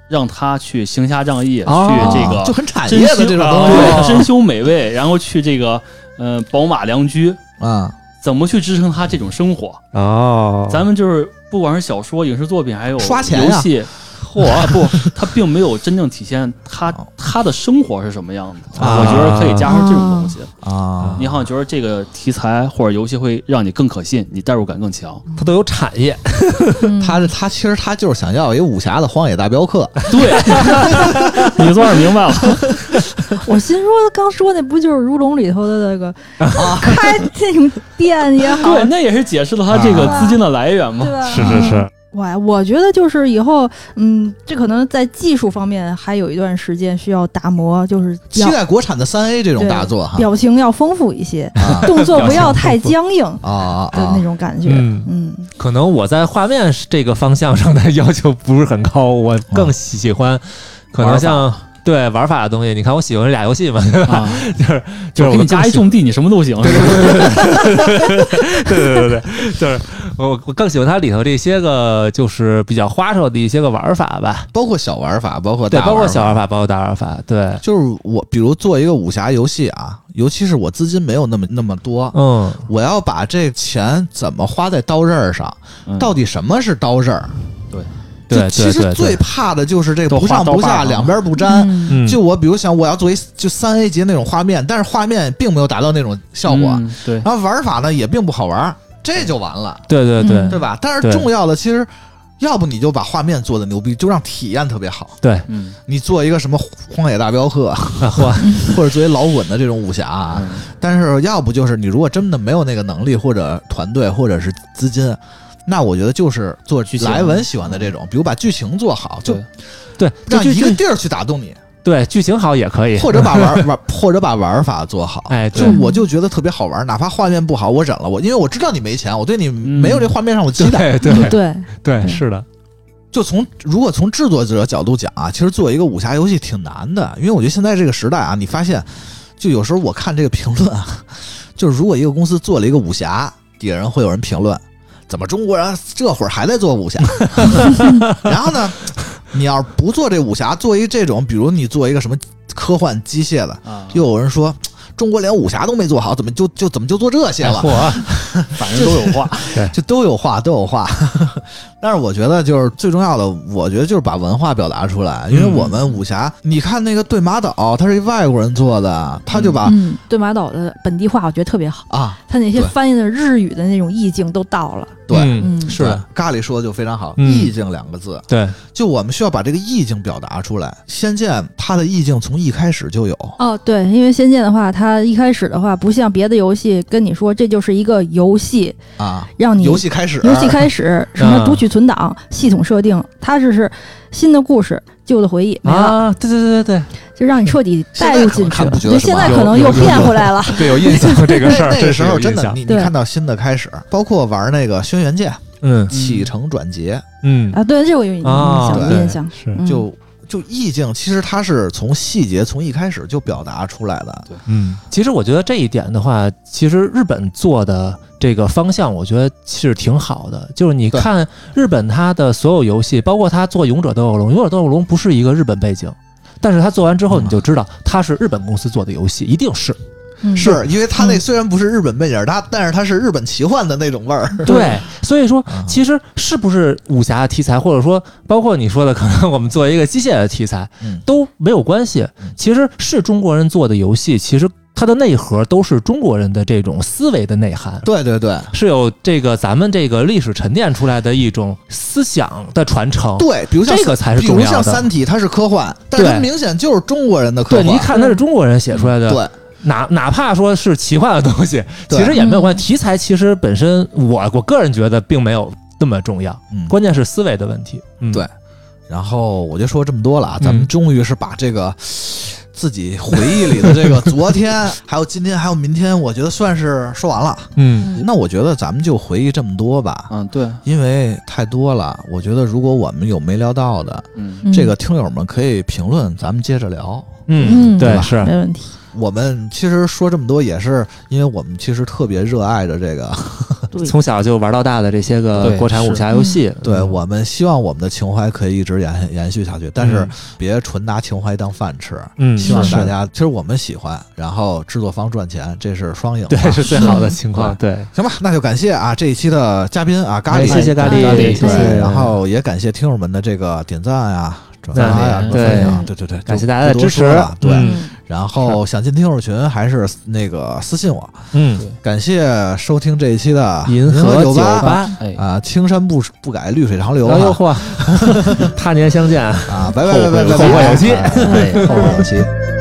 让他去行侠仗义， 哦、 去这个就很产业的这种东西， 对，珍馐美味，然后去这个呃宝马良驹啊， 怎么去支撑他这种生活？ 哦， 咱们就是不管是小说、影视作品，还有刷钱游戏。嚯，不，他并没有真正体现他他的生活是什么样的。啊、我觉得可以加上这种东西啊。 你好像觉得这个题材或者游戏会让你更可信，你代入感更强。 他都有产业， 他他其实他就是想要一个武侠的《荒野大镖客》。 对，你算是明白了。 我心说，刚说那不就是《如龙》里头的那个、啊、开那种店也好？ 对，那也是解释了他这个资金的来源嘛。 对吧？ 是是是。 哇，我觉得就是以后，嗯，这可能在技术方面还有一段时间需要打磨，就是期待国产的三 A 这种大作哈， 表情要丰富一些，啊、动作不要太僵硬啊的那种感觉。嗯, 嗯， 可能我在画面这个方向上的要求不是很高，我更喜欢，啊、可能像。对玩法的东西，你看我喜欢俩游戏嘛，对吧？啊、就是就是我给你加一种地，你什么都行。 对对对对对对，就是我我更喜欢它里头这些个就是比较花哨的一些个玩法吧， 包括小玩法，包括大玩法对，包括小玩法，包括大玩法。对， 就是我比如做一个武侠游戏啊，尤其是我资金没有那么那么多， 嗯， 我要把这钱怎么花在刀刃上？嗯、到底什么是刀刃？ 对。 就其实最怕的就是这个不上不下，两边不沾。 嗯、 就我比如想我要做一就三 A 级那种画面，但是画面并没有达到那种效果。 嗯、对， 然后玩法呢也并不好玩，这就完了。 对对对， 对吧？但是重要的其实，要不你就把画面做的牛逼，就让体验特别好。 对， 嗯， 你做一个什么荒野大镖客，或者作为老滚的这种武侠、啊，嗯、但是要不就是你如果真的没有那个能力或者团队或者是资金。那我觉得就是做莱文喜欢的这种，比如把剧情做好，就对， 让一个地儿去打动你。 对，剧情好也可以， 或者把玩玩，或者把玩法做好。 哎， 就我就觉得特别好玩，哪怕画面不好，我忍了。我因为我知道你没钱，我对你没有这画面上的期待。 对对对对，是的。 就从如果从制作者角度讲啊，其实做一个武侠游戏挺难的，因为我觉得现在这个时代啊，你发现，就有时候我看这个评论啊，就是如果一个公司做了一个武侠，底下人会有人评论。怎么中国人这会儿还在做武侠？然后呢，你要是不做这武侠，做一这种，比如你做一个什么科幻机械的，啊、又有人说中国连武侠都没做好，怎么就就怎么就做这些了？ 哎、 反正都有话， 就都有话都有话。但是我觉得就是最重要的，我觉得就是把文化表达出来，因为我们武侠，嗯、你看那个对马岛，他是一外国人做的，他就把嗯对马岛的本地化，我觉得特别好啊， 他那些翻译的日语的那种意境都到了。 对， 嗯，是的， 咖喱说的就非常好， 嗯、 意境两个字， 对， 就我们需要把这个意境表达出来。仙剑它的意境从一开始就有。 哦，对，因为仙剑的话，它一开始的话，不像别的游戏跟你说这就是一个游戏啊， 让你游戏开始， 游戏开始什么读取存档、嗯、系统设定，它这是新的故事。旧的回忆没了啊！对对对对， 就让你彻底带入进去。 对， 现在可能又变回来了。 对，有印象这个事儿。 那个时候真的，你你看到新的开始，包括玩那个轩辕剑， 嗯， 起承转结， 嗯啊，对，这我有印象，有印象是就。就意境，其实它是从细节从一开始就表达出来的。 对，嗯，其实我觉得这一点的话，其实日本做的这个方向，我觉得是挺好的。就是你看日本它的所有游戏，包括他做《勇者斗恶龙》，《勇者斗恶龙》不是一个日本背景，但是他做完之后，你就知道它是日本公司做的游戏，一定是。 嗯、 是因为它那虽然不是日本背景，它、嗯、但是它是日本奇幻的那种味儿。 对，所以说其实是不是武侠的题材，或者说包括你说的，可能我们做一个机械的题材， 嗯、 都没有关系。其实是中国人做的游戏，其实它的内核都是中国人的这种思维的内涵。 对对对， 是有这个咱们这个历史沉淀出来的一种思想的传承。 对，比如像这个才是重要的。 比如像《三体》，它是科幻，但是它明显就是中国人的科幻。 对，你一看它是中国人写出来的。 对。 哪哪怕说是奇幻的东西，其实也没有关系。题材其实本身我，我个人觉得并没有那么重要， 嗯、 关键是思维的问题。嗯、 对，然后我就说这么多了啊，咱们终于是把这个自己回忆里的这个昨天，还有今天，还有明天，我觉得算是说完了。 嗯， 那我觉得咱们就回忆这么多吧。 嗯，对， 因为太多了，我觉得如果我们有没聊到的， 嗯， 这个听友们可以评论，咱们接着聊。 嗯，对， 吧是没问题。 我们其实说这么多，也是因为我们其实特别热爱着这个从小就玩到大的这些个国产武侠游戏。 对，我们希望我们的情怀可以一直延延续下去，但是别纯拿情怀当饭吃。嗯，希望大家，其实我们喜欢，然后制作方赚钱，这是双赢， 对，是最好的情况。对， 行吧，那就感谢啊这一期的嘉宾啊咖喱， 谢谢咖喱， 对，然后也感谢听友们的这个点赞呀、转发呀、分享，对对对， 感谢大家的支持。 对，然后想进听友群还是那个私信我。嗯，感谢收听这一期的银河酒吧啊，青山不不改，绿水长流。 哎呦嚯，他年相见啊！拜拜拜拜拜拜， 后会有期， 后会有期。